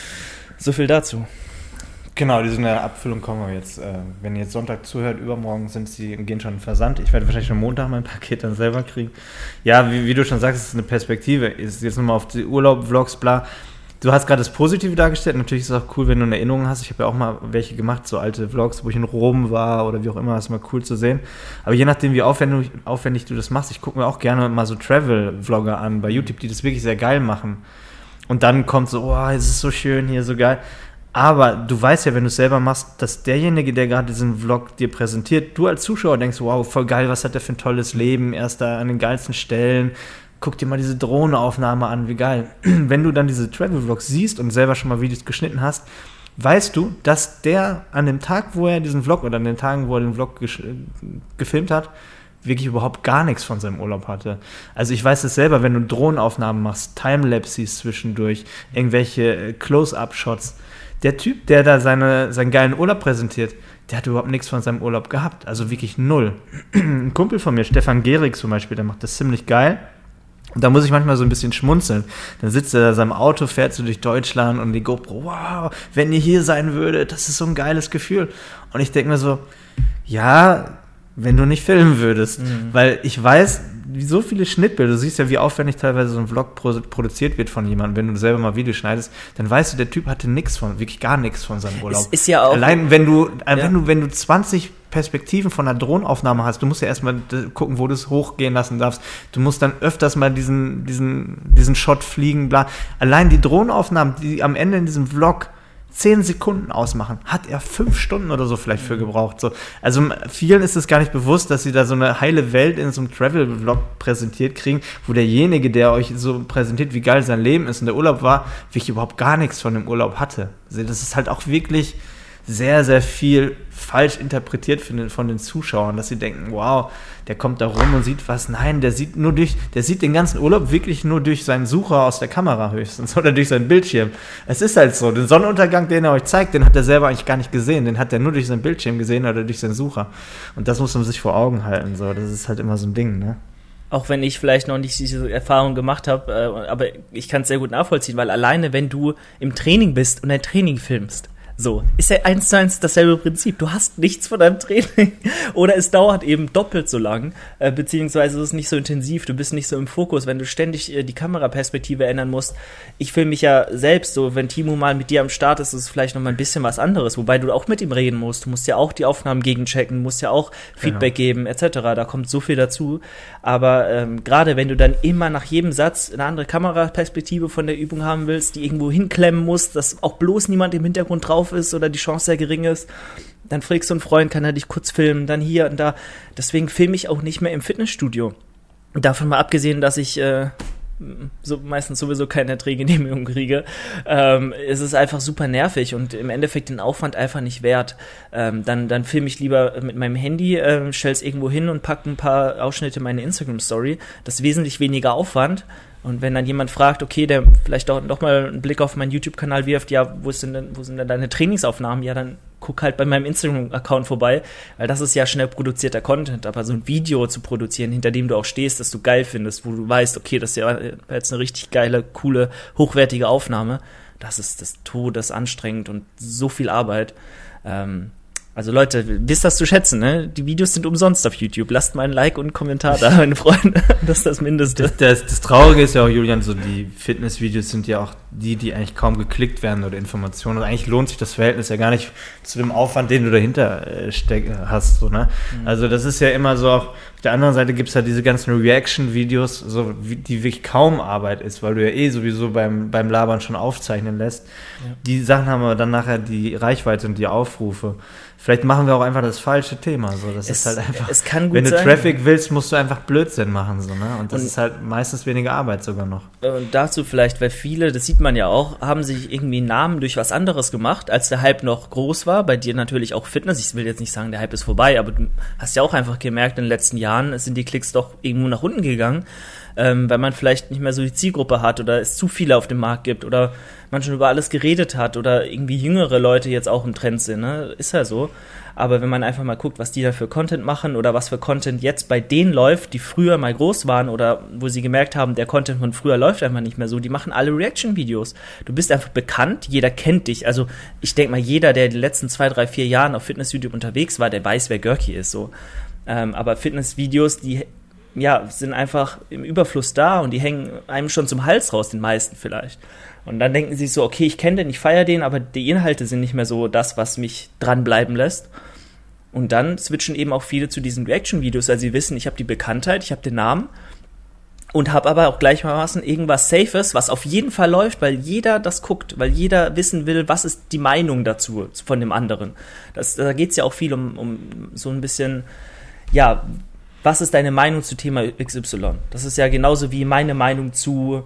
So viel dazu. Genau, die sind in der Abfüllung, kommen wir jetzt. Wenn ihr jetzt Sonntag zuhört, übermorgen gehen schon in Versand. Ich werde wahrscheinlich schon Montag mein Paket dann selber kriegen. Ja, wie du schon sagst, es ist eine Perspektive. Ist jetzt nochmal auf die Urlaub, Vlogs, bla. Du hast gerade das Positive dargestellt. Natürlich ist es auch cool, wenn du eine Erinnerung hast. Ich habe ja auch mal welche gemacht, so alte Vlogs, wo ich in Rom war oder wie auch immer. Das ist mal cool zu sehen. Aber je nachdem, wie aufwendig du das machst, ich gucke mir auch gerne mal so Travel-Vlogger an bei YouTube, die das wirklich sehr geil machen. Und dann kommt so, es ist so schön hier, so geil. Aber du weißt ja, wenn du es selber machst, dass derjenige, der gerade diesen Vlog dir präsentiert, du als Zuschauer denkst, wow, voll geil, was hat der für ein tolles Leben, er ist da an den geilsten Stellen. Guck dir mal diese Drohnenaufnahme an, wie geil. Wenn du dann diese Travel-Vlogs siehst und selber schon mal Videos geschnitten hast, weißt du, dass der an dem Tag, wo er diesen Vlog oder an den Tagen, wo er den Vlog gefilmt hat, wirklich überhaupt gar nichts von seinem Urlaub hatte. Also ich weiß es selber, wenn du Drohnenaufnahmen machst, Timelapses zwischendurch, irgendwelche Close-Up-Shots, der Typ, der da seinen geilen Urlaub präsentiert, der hat überhaupt nichts von seinem Urlaub gehabt. Also wirklich null. Ein Kumpel von mir, Stefan Gehrig zum Beispiel, der macht das ziemlich geil. Und da muss ich manchmal so ein bisschen schmunzeln. Dann sitzt er da in seinem Auto, fährt so durch Deutschland und die GoPro, wow, wenn ihr hier sein würdet, das ist so ein geiles Gefühl. Und ich denke mir so, ja, wenn du nicht filmen würdest. Weil ich weiß, wie so viele Schnittbilder, du siehst ja, wie aufwendig teilweise so ein Vlog produziert wird von jemandem, wenn du selber mal Videos schneidest, dann weißt du, der Typ hatte wirklich gar nichts von seinem Urlaub. Ist ja auch allein wenn du 20 Perspektiven von einer Drohnenaufnahme hast, du musst ja erstmal gucken, wo du es hochgehen lassen darfst. Du musst dann öfters mal diesen Shot fliegen, bla. Allein die Drohnenaufnahmen, die am Ende in diesem Vlog 10 Sekunden ausmachen, hat er 5 Stunden oder so vielleicht für gebraucht. So. Also vielen ist es gar nicht bewusst, dass sie da so eine heile Welt in so einem Travel-Vlog präsentiert kriegen, wo derjenige, der euch so präsentiert, wie geil sein Leben ist und der Urlaub war, wirklich überhaupt gar nichts von dem Urlaub hatte. Also das ist halt auch wirklich sehr, sehr viel falsch interpretiert von den Zuschauern, dass sie denken, wow, der kommt da rum und sieht was. Nein, der sieht den ganzen Urlaub wirklich nur durch seinen Sucher aus der Kamera höchstens oder durch seinen Bildschirm. Es ist halt so, den Sonnenuntergang, den er euch zeigt, den hat er selber eigentlich gar nicht gesehen, den hat er nur durch seinen Bildschirm gesehen oder durch seinen Sucher. Und das muss man sich vor Augen halten, so. Das ist halt immer so ein Ding, ne? Auch wenn ich vielleicht noch nicht diese Erfahrung gemacht habe, aber ich kann es sehr gut nachvollziehen, weil alleine, wenn du im Training bist und ein Training filmst, so, ist ja 1:1 dasselbe Prinzip. Du hast nichts von deinem Training oder es dauert eben doppelt so lang, beziehungsweise es ist nicht so intensiv, du bist nicht so im Fokus, wenn du ständig die Kameraperspektive ändern musst. Ich filme mich ja selbst so, wenn Timo mal mit dir am Start ist, ist es vielleicht noch mal ein bisschen was anderes, wobei du auch mit ihm reden musst. Du musst ja auch die Aufnahmen gegenchecken, musst ja auch Feedback geben, etc. Da kommt so viel dazu. Aber gerade wenn du dann immer nach jedem Satz eine andere Kameraperspektive von der Übung haben willst, die irgendwo hinklemmen musst, dass auch bloß niemand im Hintergrund drauf ist oder die Chance sehr gering ist, dann fragst du einen Freund, kann er dich kurz filmen, dann hier und da. Deswegen filme ich auch nicht mehr im Fitnessstudio. Davon mal abgesehen, dass ich meistens sowieso keine Drehgenehmigung kriege, es ist einfach super nervig und im Endeffekt den Aufwand einfach nicht wert. Dann filme ich lieber mit meinem Handy, stell's irgendwo hin und packe ein paar Ausschnitte in meine Instagram-Story. Das ist wesentlich weniger Aufwand. Und wenn dann jemand fragt, okay, der vielleicht doch mal einen Blick auf meinen YouTube-Kanal wirft, ja, wo sind denn deine Trainingsaufnahmen? Ja, dann guck halt bei meinem Instagram-Account vorbei, weil das ist ja schnell produzierter Content, aber so ein Video zu produzieren, hinter dem du auch stehst, das du geil findest, wo du weißt, okay, das ist ja jetzt eine richtig geile, coole, hochwertige Aufnahme, das ist des Todes anstrengend und so viel Arbeit. Also Leute, wisst das zu schätzen, ne? Die Videos sind umsonst auf YouTube. Lasst mal ein Like und einen Kommentar da, meine Freunde. Das ist das Mindeste. Das Traurige ist ja auch, Julian, so die Fitnessvideos sind ja auch die eigentlich kaum geklickt werden oder Informationen. Also eigentlich lohnt sich das Verhältnis ja gar nicht zu dem Aufwand, den du dahinter hast. So, ne? Also das ist ja immer so, auch auf der anderen Seite gibt es ja diese ganzen Reaction-Videos, so, die wirklich kaum Arbeit ist, weil du ja sowieso beim Labern schon aufzeichnen lässt. Ja. Die Sachen haben aber dann nachher die Reichweite und die Aufrufe. Vielleicht machen wir auch einfach das falsche Thema. So. Das ist halt einfach, es kann gut wenn du sein. Traffic willst, musst du einfach Blödsinn machen. So, ne? Und das ist halt meistens weniger Arbeit sogar noch. Und dazu vielleicht, weil viele, das sieht man ja auch, haben sich irgendwie einen Namen durch was anderes gemacht, als der Hype noch groß war. Bei dir natürlich auch Fitness. Ich will jetzt nicht sagen, der Hype ist vorbei, aber du hast ja auch einfach gemerkt, in den letzten Jahren sind die Klicks doch irgendwo nach unten gegangen, weil man vielleicht nicht mehr so die Zielgruppe hat oder es zu viele auf dem Markt gibt oder man schon über alles geredet hat oder irgendwie jüngere Leute jetzt auch im Trend sind, ne? Ist ja so. Aber wenn man einfach mal guckt, was die da für Content machen oder was für Content jetzt bei denen läuft, die früher mal groß waren oder wo sie gemerkt haben, der Content von früher läuft einfach nicht mehr so, die machen alle Reaction-Videos. Du bist einfach bekannt, jeder kennt dich. Also ich denke mal, jeder, der die letzten 2, 3, 4 Jahren auf Fitness-YouTube unterwegs war, der weiß, wer Görki ist, so. Aber Fitnessvideos, die sind einfach im Überfluss da und die hängen einem schon zum Hals raus, den meisten vielleicht. Und dann denken sie so, okay, ich kenne den, ich feiere den, aber die Inhalte sind nicht mehr so das, was mich dranbleiben lässt. Und dann switchen eben auch viele zu diesen Reaction-Videos, weil sie wissen, ich habe die Bekanntheit, ich habe den Namen und habe aber auch gleichermaßen irgendwas Safes, was auf jeden Fall läuft, weil jeder das guckt, weil jeder wissen will, was ist die Meinung dazu von dem anderen. Da geht es ja auch viel um so ein bisschen, ja, was ist deine Meinung zu Thema XY? Das ist ja genauso wie meine Meinung zu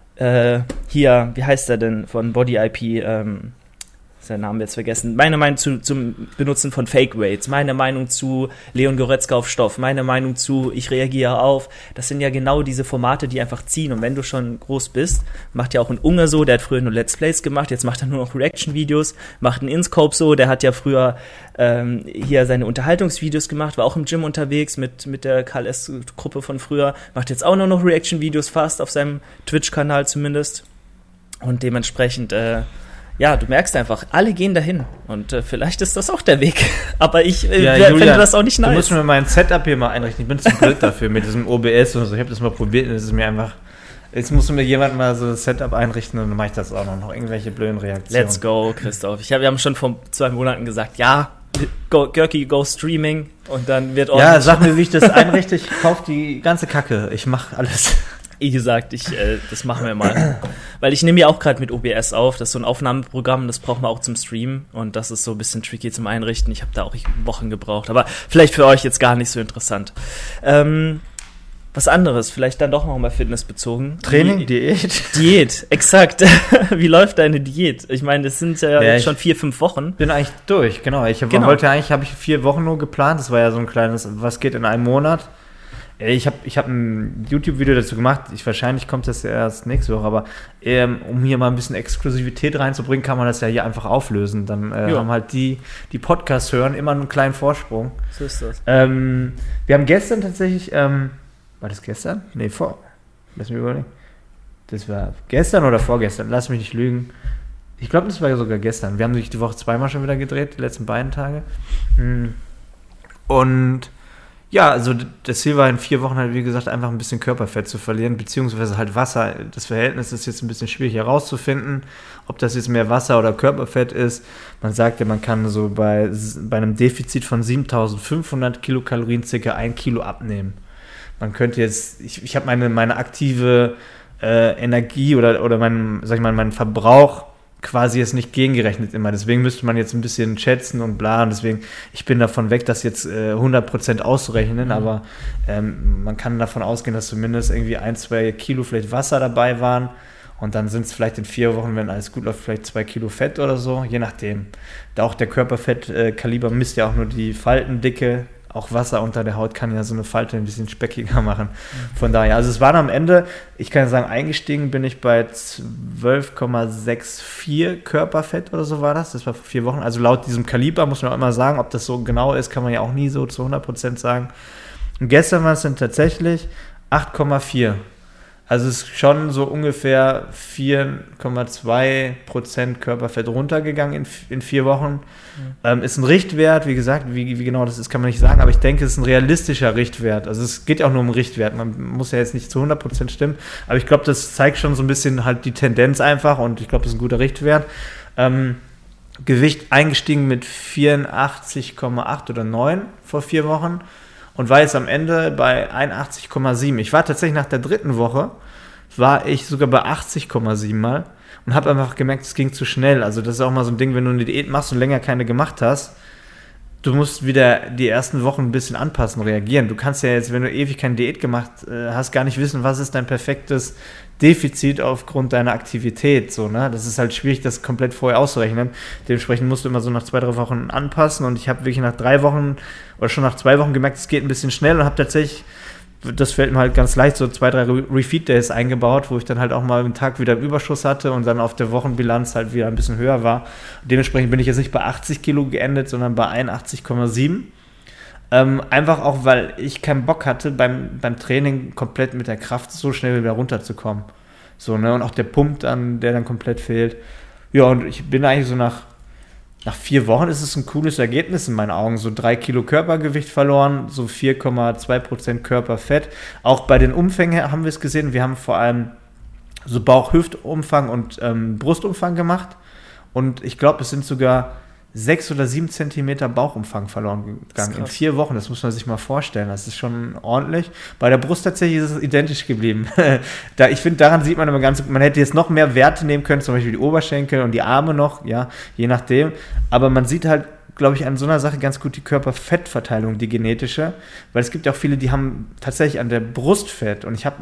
hier, wie heißt der denn von Body IP, seinen Namen jetzt vergessen, meine Meinung zum Benutzen von Fake Weights, meine Meinung zu Leon Goretzka auf Stoff, meine Meinung zu ich reagiere auf, das sind ja genau diese Formate, die einfach ziehen und wenn du schon groß bist, macht ja auch ein Unge so, der hat früher nur Let's Plays gemacht, jetzt macht er nur noch Reaction-Videos, macht ein InScope so, der hat ja früher hier seine Unterhaltungsvideos gemacht, war auch im Gym unterwegs mit der KLS-Gruppe von früher, macht jetzt auch nur noch Reaction-Videos fast auf seinem Twitch-Kanal zumindest und dementsprechend ja, du merkst einfach, alle gehen dahin und vielleicht ist das auch der Weg, aber ich finde das auch nicht nice. Du musst mir mein Setup hier mal einrichten, ich bin zu blöd dafür mit diesem OBS und so, ich habe das mal probiert und es ist mir einfach, jetzt musst du mir jemand mal so das Setup einrichten und dann mache ich das auch noch irgendwelche blöden Reaktionen. Let's go, Christoph. Wir haben schon vor 2 Monaten gesagt, ja, Görki, go Streaming und dann wird ordentlich. Ja, sag mir, wie ich das einrichte, ich kaufe die ganze Kacke, ich mache alles. Wie gesagt, das machen wir mal. Weil ich nehme ja auch gerade mit OBS auf, das ist so ein Aufnahmeprogramm, das brauchen wir auch zum Streamen und das ist so ein bisschen tricky zum Einrichten. Ich habe da auch Wochen gebraucht, aber vielleicht für euch jetzt gar nicht so interessant. was anderes, vielleicht dann doch nochmal fitnessbezogen. Training, Diät? Diät, exakt. Wie läuft deine Diät? Ich meine, das sind ja jetzt schon 4-5 Wochen. Bin eigentlich durch, genau. Habe ich 4 Wochen nur geplant. Das war ja so ein kleines, was geht in einem Monat. Ich hab ein YouTube-Video dazu gemacht. Wahrscheinlich kommt das ja erst nächste Woche, aber um hier mal ein bisschen Exklusivität reinzubringen, kann man das ja hier einfach auflösen. Dann haben halt die Podcasts hören immer einen kleinen Vorsprung. So ist das. Wir haben gestern tatsächlich, war das gestern? Nee, lass mich überlegen. Das war gestern oder vorgestern? Lass mich nicht lügen. Ich glaube, das war ja sogar gestern. Wir haben die Woche 2-mal schon wieder gedreht, die letzten beiden Tage. Und ja, also das Ziel war in 4 Wochen halt, wie gesagt, einfach ein bisschen Körperfett zu verlieren, beziehungsweise halt Wasser. Das Verhältnis ist jetzt ein bisschen schwierig herauszufinden, ob das jetzt mehr Wasser oder Körperfett ist. Man sagt ja, man kann so bei einem Defizit von 7.500 Kilokalorien circa 1 Kilo abnehmen. Man könnte jetzt, ich habe meine aktive Energie oder meinen Verbrauch quasi jetzt nicht gegengerechnet immer. Deswegen müsste man jetzt ein bisschen schätzen und bla. Und deswegen, ich bin davon weg, das jetzt 100% auszurechnen, aber man kann davon ausgehen, dass zumindest irgendwie 1-2 Kilo vielleicht Wasser dabei waren. Und dann sind es vielleicht in 4 Wochen, wenn alles gut läuft, vielleicht 2 Kilo Fett oder so, je nachdem. Da auch der Körperfettkaliber misst ja auch nur die Faltendicke. Auch Wasser unter der Haut kann ja so eine Falte ein bisschen speckiger machen. Von daher, also es waren am Ende, ich kann sagen, eingestiegen bin ich bei 12,64 Körperfett oder so war das. Das war vor 4 Wochen. Also laut diesem Kaliber muss man auch immer sagen, ob das so genau ist, kann man ja auch nie so zu 100% sagen. Und gestern waren es dann tatsächlich 8,4. Also es ist schon so ungefähr 4,2% Körperfett runtergegangen in 4 Wochen. Ist ein Richtwert, wie gesagt, wie genau das ist, kann man nicht sagen, aber ich denke, es ist ein realistischer Richtwert. Also es geht auch nur um Richtwert, man muss ja jetzt nicht zu 100% stimmen, aber ich glaube, das zeigt schon so ein bisschen halt die Tendenz einfach und ich glaube, das ist ein guter Richtwert. Gewicht eingestiegen mit 84,8 oder 9 vor 4 Wochen. Und war jetzt am Ende bei 81,7. Ich war tatsächlich nach der 3. Woche, war ich sogar bei 80,7 mal und habe einfach gemerkt, es ging zu schnell. Also das ist auch mal so ein Ding, wenn du eine Diät machst und länger keine gemacht hast, du musst wieder die ersten Wochen ein bisschen anpassen, reagieren. Du kannst ja jetzt, wenn du ewig keine Diät gemacht hast, gar nicht wissen, was ist dein perfektes Defizit aufgrund deiner Aktivität. So, ne? Das ist halt schwierig, das komplett vorher auszurechnen. Dementsprechend musst du immer so nach 2-3 Wochen anpassen und ich habe wirklich nach 3 Wochen oder schon nach 2 Wochen gemerkt, es geht ein bisschen schnell und habe tatsächlich, das fällt mir halt ganz leicht, so 2-3 Refeed-Days eingebaut, wo ich dann halt auch mal einen Tag wieder Überschuss hatte und dann auf der Wochenbilanz halt wieder ein bisschen höher war. Dementsprechend bin ich jetzt nicht bei 80 Kilo geendet, sondern bei 81,7. Einfach auch, weil ich keinen Bock hatte, beim Training komplett mit der Kraft so schnell wieder runterzukommen. So, ne? Und auch der Pump dann, der dann komplett fehlt. Ja, und ich bin eigentlich so nach 4 Wochen ist es ein cooles Ergebnis in meinen Augen. So 3 Kilo Körpergewicht verloren, so 4,2% Körperfett. Auch bei den Umfängen haben wir es gesehen. Wir haben vor allem so Bauch-Hüftumfang und Brustumfang gemacht. Und ich glaube, es sind sogar 6 oder 7 Zentimeter Bauchumfang verloren gegangen in 4 Wochen. Das muss man sich mal vorstellen. Das ist schon ordentlich. Bei der Brust tatsächlich ist es identisch geblieben. Ich finde, daran sieht man immer man hätte jetzt noch mehr Werte nehmen können, zum Beispiel die Oberschenkel und die Arme noch, ja, je nachdem. Aber man sieht halt, glaube ich, an so einer Sache ganz gut die Körperfettverteilung, die genetische. Weil es gibt ja auch viele, die haben tatsächlich an der Brust Fett. Und ich habe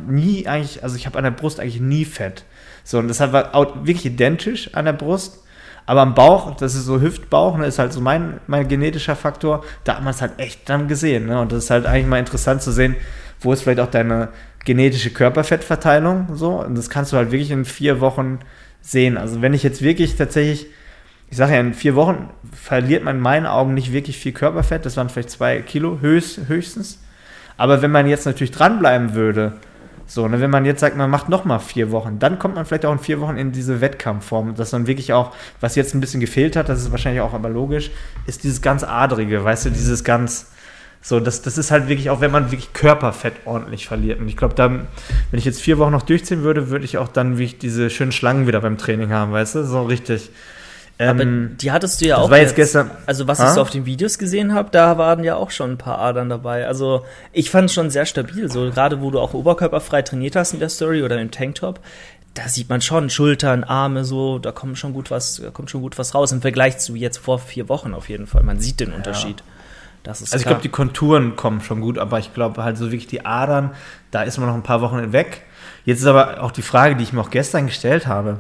an der Brust eigentlich nie Fett. So, und das war wirklich identisch an der Brust. Aber am Bauch, das ist so Hüftbauch, ne, ist halt so mein genetischer Faktor, da hat man es halt echt dann gesehen. Ne? Und das ist halt eigentlich mal interessant zu sehen, wo ist vielleicht auch deine genetische Körperfettverteilung so. Und das kannst du halt wirklich in 4 Wochen sehen. Also wenn ich jetzt wirklich tatsächlich, ich sage ja, in 4 Wochen verliert man in meinen Augen nicht wirklich viel Körperfett, das waren vielleicht 2 Kilo höchstens. Aber wenn man jetzt natürlich dranbleiben würde, so, ne, wenn man jetzt sagt, man macht nochmal 4 Wochen, dann kommt man vielleicht auch in 4 Wochen in diese Wettkampfform, dass dann wirklich auch, was jetzt ein bisschen gefehlt hat, das ist wahrscheinlich auch aber logisch, ist dieses ganz Adrige, weißt du, dieses ganz, so, das ist halt wirklich auch, wenn man wirklich Körperfett ordentlich verliert. Und ich glaube, dann, wenn ich jetzt 4 Wochen noch durchziehen würde, würde ich auch dann wirklich diese schönen Schlangen wieder beim Training haben, weißt du, so richtig. Aber die hattest du ja auch war jetzt gestern. Also was ich so auf den Videos gesehen habe, da waren ja auch schon ein paar Adern dabei. Also ich fand es schon sehr stabil, so gerade wo du auch oberkörperfrei trainiert hast in der Story oder im Tanktop, da sieht man schon Schultern, Arme, so, da kommt schon gut was raus im Vergleich zu jetzt vor 4 Wochen auf jeden Fall. Man sieht den Unterschied. Das ist also ich glaube, die Konturen kommen schon gut, aber ich glaube halt so wirklich die Adern, da ist man noch ein paar Wochen weg. Jetzt ist aber auch die Frage, die ich mir auch gestern gestellt habe.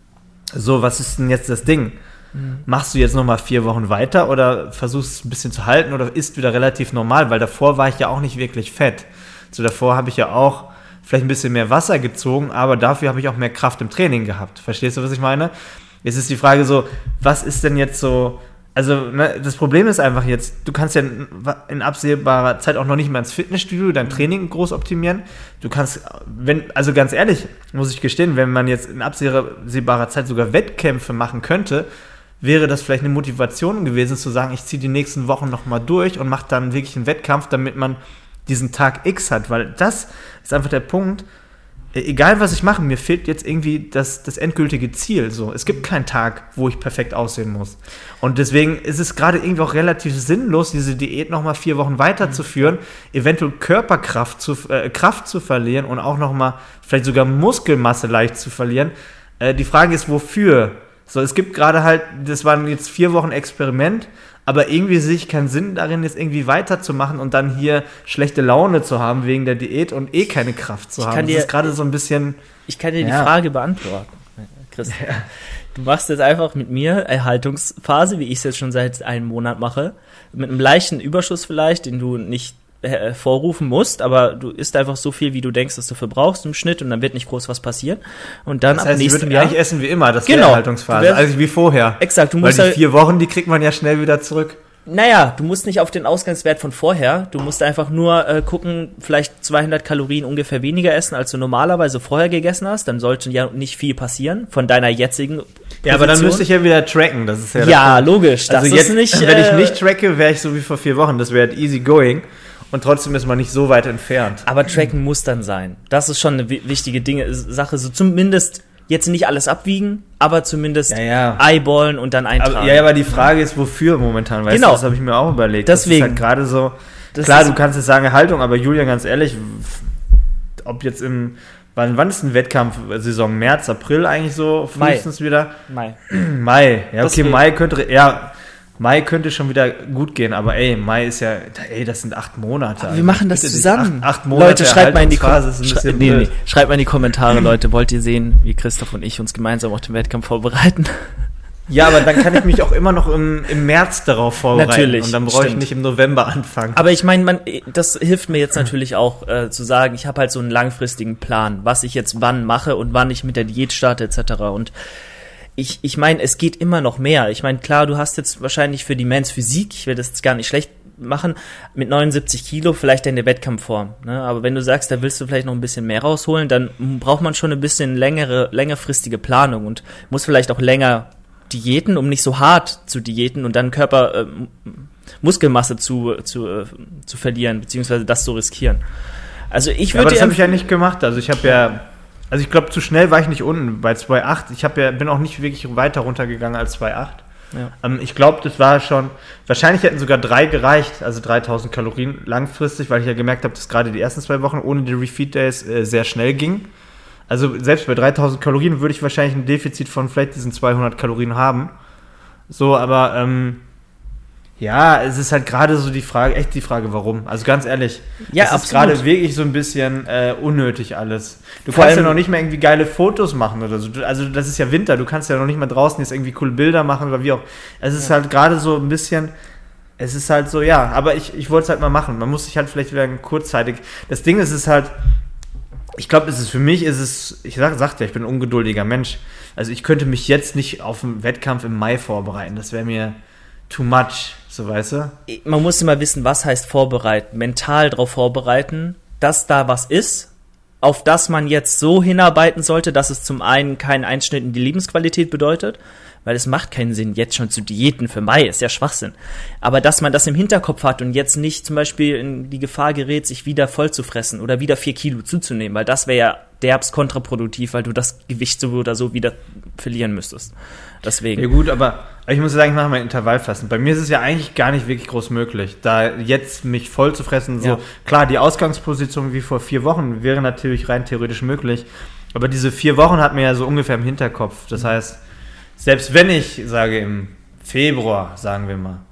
So, was ist denn jetzt das Ding? Machst du jetzt nochmal 4 Wochen weiter oder versuchst es ein bisschen zu halten oder isst wieder relativ normal? Weil davor war ich ja auch nicht wirklich fett. So, davor habe ich ja auch vielleicht ein bisschen mehr Wasser gezogen, aber dafür habe ich auch mehr Kraft im Training gehabt. Verstehst du, was ich meine? Jetzt ist die Frage so, was ist denn jetzt so... Also, ne, das Problem ist einfach jetzt, du kannst ja in absehbarer Zeit auch noch nicht mal ins Fitnessstudio dein Training groß optimieren. Du kannst, also ganz ehrlich, muss ich gestehen, wenn man jetzt in absehbarer Zeit sogar Wettkämpfe machen könnte, wäre das vielleicht eine Motivation gewesen, zu sagen, ich ziehe die nächsten Wochen nochmal durch und mache dann wirklich einen Wettkampf, damit man diesen Tag X hat. Weil das ist einfach der Punkt, egal was ich mache, mir fehlt jetzt irgendwie das endgültige Ziel. So. Es gibt keinen Tag, wo ich perfekt aussehen muss. Und deswegen ist es gerade irgendwie auch relativ sinnlos, diese Diät nochmal 4 Wochen weiterzuführen, eventuell Körperkraft Kraft zu verlieren und auch nochmal vielleicht sogar Muskelmasse leicht zu verlieren. Die Frage ist, wofür? So, es gibt gerade halt, das waren jetzt 4 Wochen Experiment, aber irgendwie sehe ich keinen Sinn darin, jetzt irgendwie weiterzumachen und dann hier schlechte Laune zu haben wegen der Diät und keine Kraft zu haben. Das ist gerade so ein bisschen... Ich kann dir die Frage beantworten, Christian. Ja. Du machst jetzt einfach mit mir Erhaltungsphase, wie ich es jetzt schon seit einem Monat mache, mit einem leichten Überschuss vielleicht, den du nicht vorrufen musst, aber du isst einfach so viel, wie du denkst, dass du verbrauchst im Schnitt und dann wird nicht groß was passieren. Und dann das heißt, ab nächstem Jahr... eigentlich essen wie immer, das ist die Erhaltungsphase, also wie vorher. Exakt. Du musst weil die 4 Wochen, die kriegt man ja schnell wieder zurück. Naja, du musst nicht auf den Ausgangswert von vorher, du musst einfach nur gucken, vielleicht 200 Kalorien ungefähr weniger essen, als du normalerweise vorher gegessen hast, dann sollte ja nicht viel passieren von deiner jetzigen Position. Ja, aber dann müsste ich ja wieder tracken, das ist ja... Ja, logisch, das also ist nicht... Wenn ich nicht tracke, wäre ich so wie vor 4 Wochen, das wäre easy going. Und trotzdem ist man nicht so weit entfernt. Aber tracken muss dann sein. Das ist schon eine wichtige Sache. So zumindest jetzt nicht alles abwiegen, aber zumindest eyeballen und dann eintragen. Aber die Frage ist, wofür momentan? Weißt du, das habe ich mir auch überlegt. Deswegen. Das ist halt gerade so... Klar, du kannst jetzt sagen Erhaltung, aber Julian, ganz ehrlich, ob jetzt wann ist ein Wettkampfsaison? März, April eigentlich so frühestens wieder? Mai. Ja, okay, Mai könnte... Ja, Mai könnte schon wieder gut gehen, aber Mai ist ja, das sind 8 Monate. Aber wir machen das zusammen. 8 Monate. Leute, schreibt mal in die Kommentare, Leute, wollt ihr sehen, wie Christoph und ich uns gemeinsam auf den Wettkampf vorbereiten? Ja, aber dann kann ich mich auch immer noch im März darauf vorbereiten. Natürlich. Und dann brauche ich nicht im November anfangen. Aber ich meine, das hilft mir jetzt natürlich auch zu sagen, ich habe halt so einen langfristigen Plan, was ich jetzt wann mache und wann ich mit der Diät starte etc. Und ich meine, es geht immer noch mehr. Ich meine, klar, du hast jetzt wahrscheinlich für die Men's Physik, ich will das jetzt gar nicht schlecht machen, mit 79 Kilo vielleicht deine Wettkampfform. Ne? Aber wenn du sagst, da willst du vielleicht noch ein bisschen mehr rausholen, dann braucht man schon ein bisschen längerfristige Planung und muss vielleicht auch länger diäten, um nicht so hart zu diäten und dann Muskelmasse zu verlieren, beziehungsweise das zu riskieren. Also ich würde... aber das habe ich ja nicht gemacht. Also ich glaube, zu schnell war ich nicht unten bei 2,8. Bin auch nicht wirklich weiter runtergegangen als 2,8. Ja. Ich glaube, das war schon, wahrscheinlich hätten sogar 3 gereicht, also 3000 Kalorien langfristig, weil ich ja gemerkt habe, dass gerade die ersten 2 Wochen ohne die Refeed Days sehr schnell ging. Also selbst bei 3000 Kalorien würde ich wahrscheinlich ein Defizit von vielleicht diesen 200 Kalorien haben. So, aber es ist halt gerade so die Frage, warum. Also ganz ehrlich, es ist gerade wirklich so ein bisschen unnötig alles. Du kannst ja noch nicht mehr irgendwie geile Fotos machen oder so. Also das ist ja Winter, du kannst ja noch nicht mal draußen jetzt irgendwie coole Bilder machen oder wie auch. Es ist halt gerade so ein bisschen, es ist halt so, aber ich wollte es halt mal machen. Man muss sich halt vielleicht wieder kurzzeitig, das Ding ist, es ist halt, ich glaube, ich sagte ja, ich bin ein ungeduldiger Mensch. Also ich könnte mich jetzt nicht auf einen Wettkampf im Mai vorbereiten. Das wäre mir too much, so, weißt du? Man muss immer wissen, was heißt vorbereiten. Mental drauf vorbereiten, dass da was ist, auf das man jetzt so hinarbeiten sollte, dass es zum einen keinen Einschnitt in die Lebensqualität bedeutet, weil es macht keinen Sinn, jetzt schon zu diäten für Mai, ist ja Schwachsinn. Aber dass man das im Hinterkopf hat und jetzt nicht zum Beispiel in die Gefahr gerät, sich wieder voll zu fressen oder wieder 4 Kilo zuzunehmen, weil das wäre ja derbst kontraproduktiv, weil du das Gewicht so oder so wieder verlieren müsstest. Deswegen. Ja gut, aber ich muss sagen, ich mache mal Intervallfasten. Bei mir ist es ja eigentlich gar nicht wirklich groß möglich, da jetzt mich voll zu fressen. So, klar, die Ausgangsposition wie vor 4 Wochen wäre natürlich rein theoretisch möglich, aber diese 4 Wochen hat man ja so ungefähr im Hinterkopf. Das heißt, selbst wenn ich sage im Februar, sagen wir mal,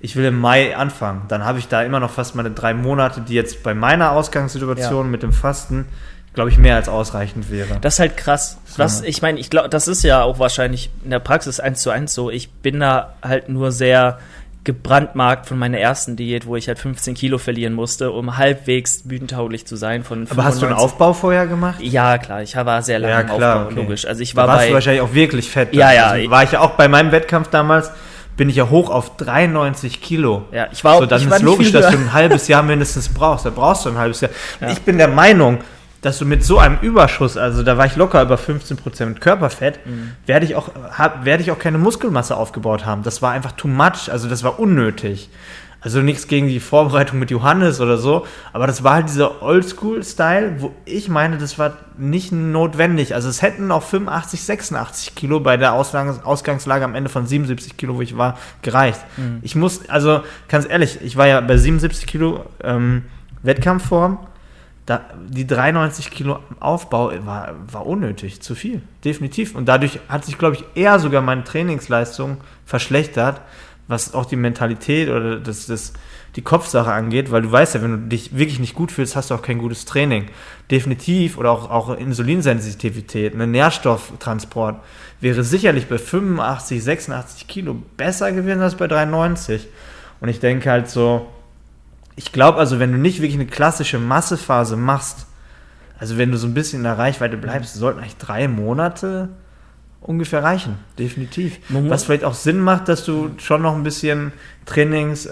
ich will im Mai anfangen. Dann habe ich da immer noch fast meine 3 Monate, die jetzt bei meiner Ausgangssituation mit dem Fasten, glaube ich, mehr als ausreichend wäre. Das ist halt krass. Ich meine, ich glaube, das ist ja auch wahrscheinlich in der Praxis 1:1 so. Ich bin da halt nur sehr gebrandmarkt von meiner ersten Diät, wo ich halt 15 Kilo verlieren musste, um halbwegs bühnentauglich zu sein. Aber hast du einen Aufbau vorher gemacht? Ja, klar. Ich war sehr lange im Aufbau, logisch. Also da warst du wahrscheinlich auch wirklich fett. Ja. Also war ich ja auch bei meinem Wettkampf damals, bin ich ja hoch auf 93 Kilo. Ja, ich war auch. So, dann ist logisch, dass du ein halbes Jahr mindestens brauchst. Da brauchst du ein halbes Jahr. Ja. Ich bin der Meinung, dass du mit so einem Überschuss, also da war ich locker über 15% Körperfett, werde ich auch keine Muskelmasse aufgebaut haben. Das war einfach too much, also das war unnötig. Also nichts gegen die Vorbereitung mit Johannes oder so, aber das war halt dieser Oldschool-Style, wo ich meine, das war nicht notwendig. Also es hätten auch 85, 86 Kilo bei der Ausgangslage am Ende von 77 Kilo, wo ich war, gereicht. Ich muss, also ganz ehrlich, ich war ja bei 77 Kilo Wettkampfform, die 93 Kilo Aufbau war unnötig, zu viel, definitiv. Und dadurch hat sich, glaube ich, eher sogar meine Trainingsleistung verschlechtert, was auch die Mentalität oder die Kopfsache angeht, weil du weißt ja, wenn du dich wirklich nicht gut fühlst, hast du auch kein gutes Training. Definitiv, oder auch Insulinsensitivität, Nährstofftransport wäre sicherlich bei 85, 86 Kilo besser gewesen als bei 93. Und ich denke halt so, ich glaube also, wenn du nicht wirklich eine klassische Massephase machst, also wenn du so ein bisschen in der Reichweite bleibst, sollten eigentlich 3 Monate ungefähr reichen, definitiv. Was vielleicht auch Sinn macht, dass du schon noch ein bisschen Trainings,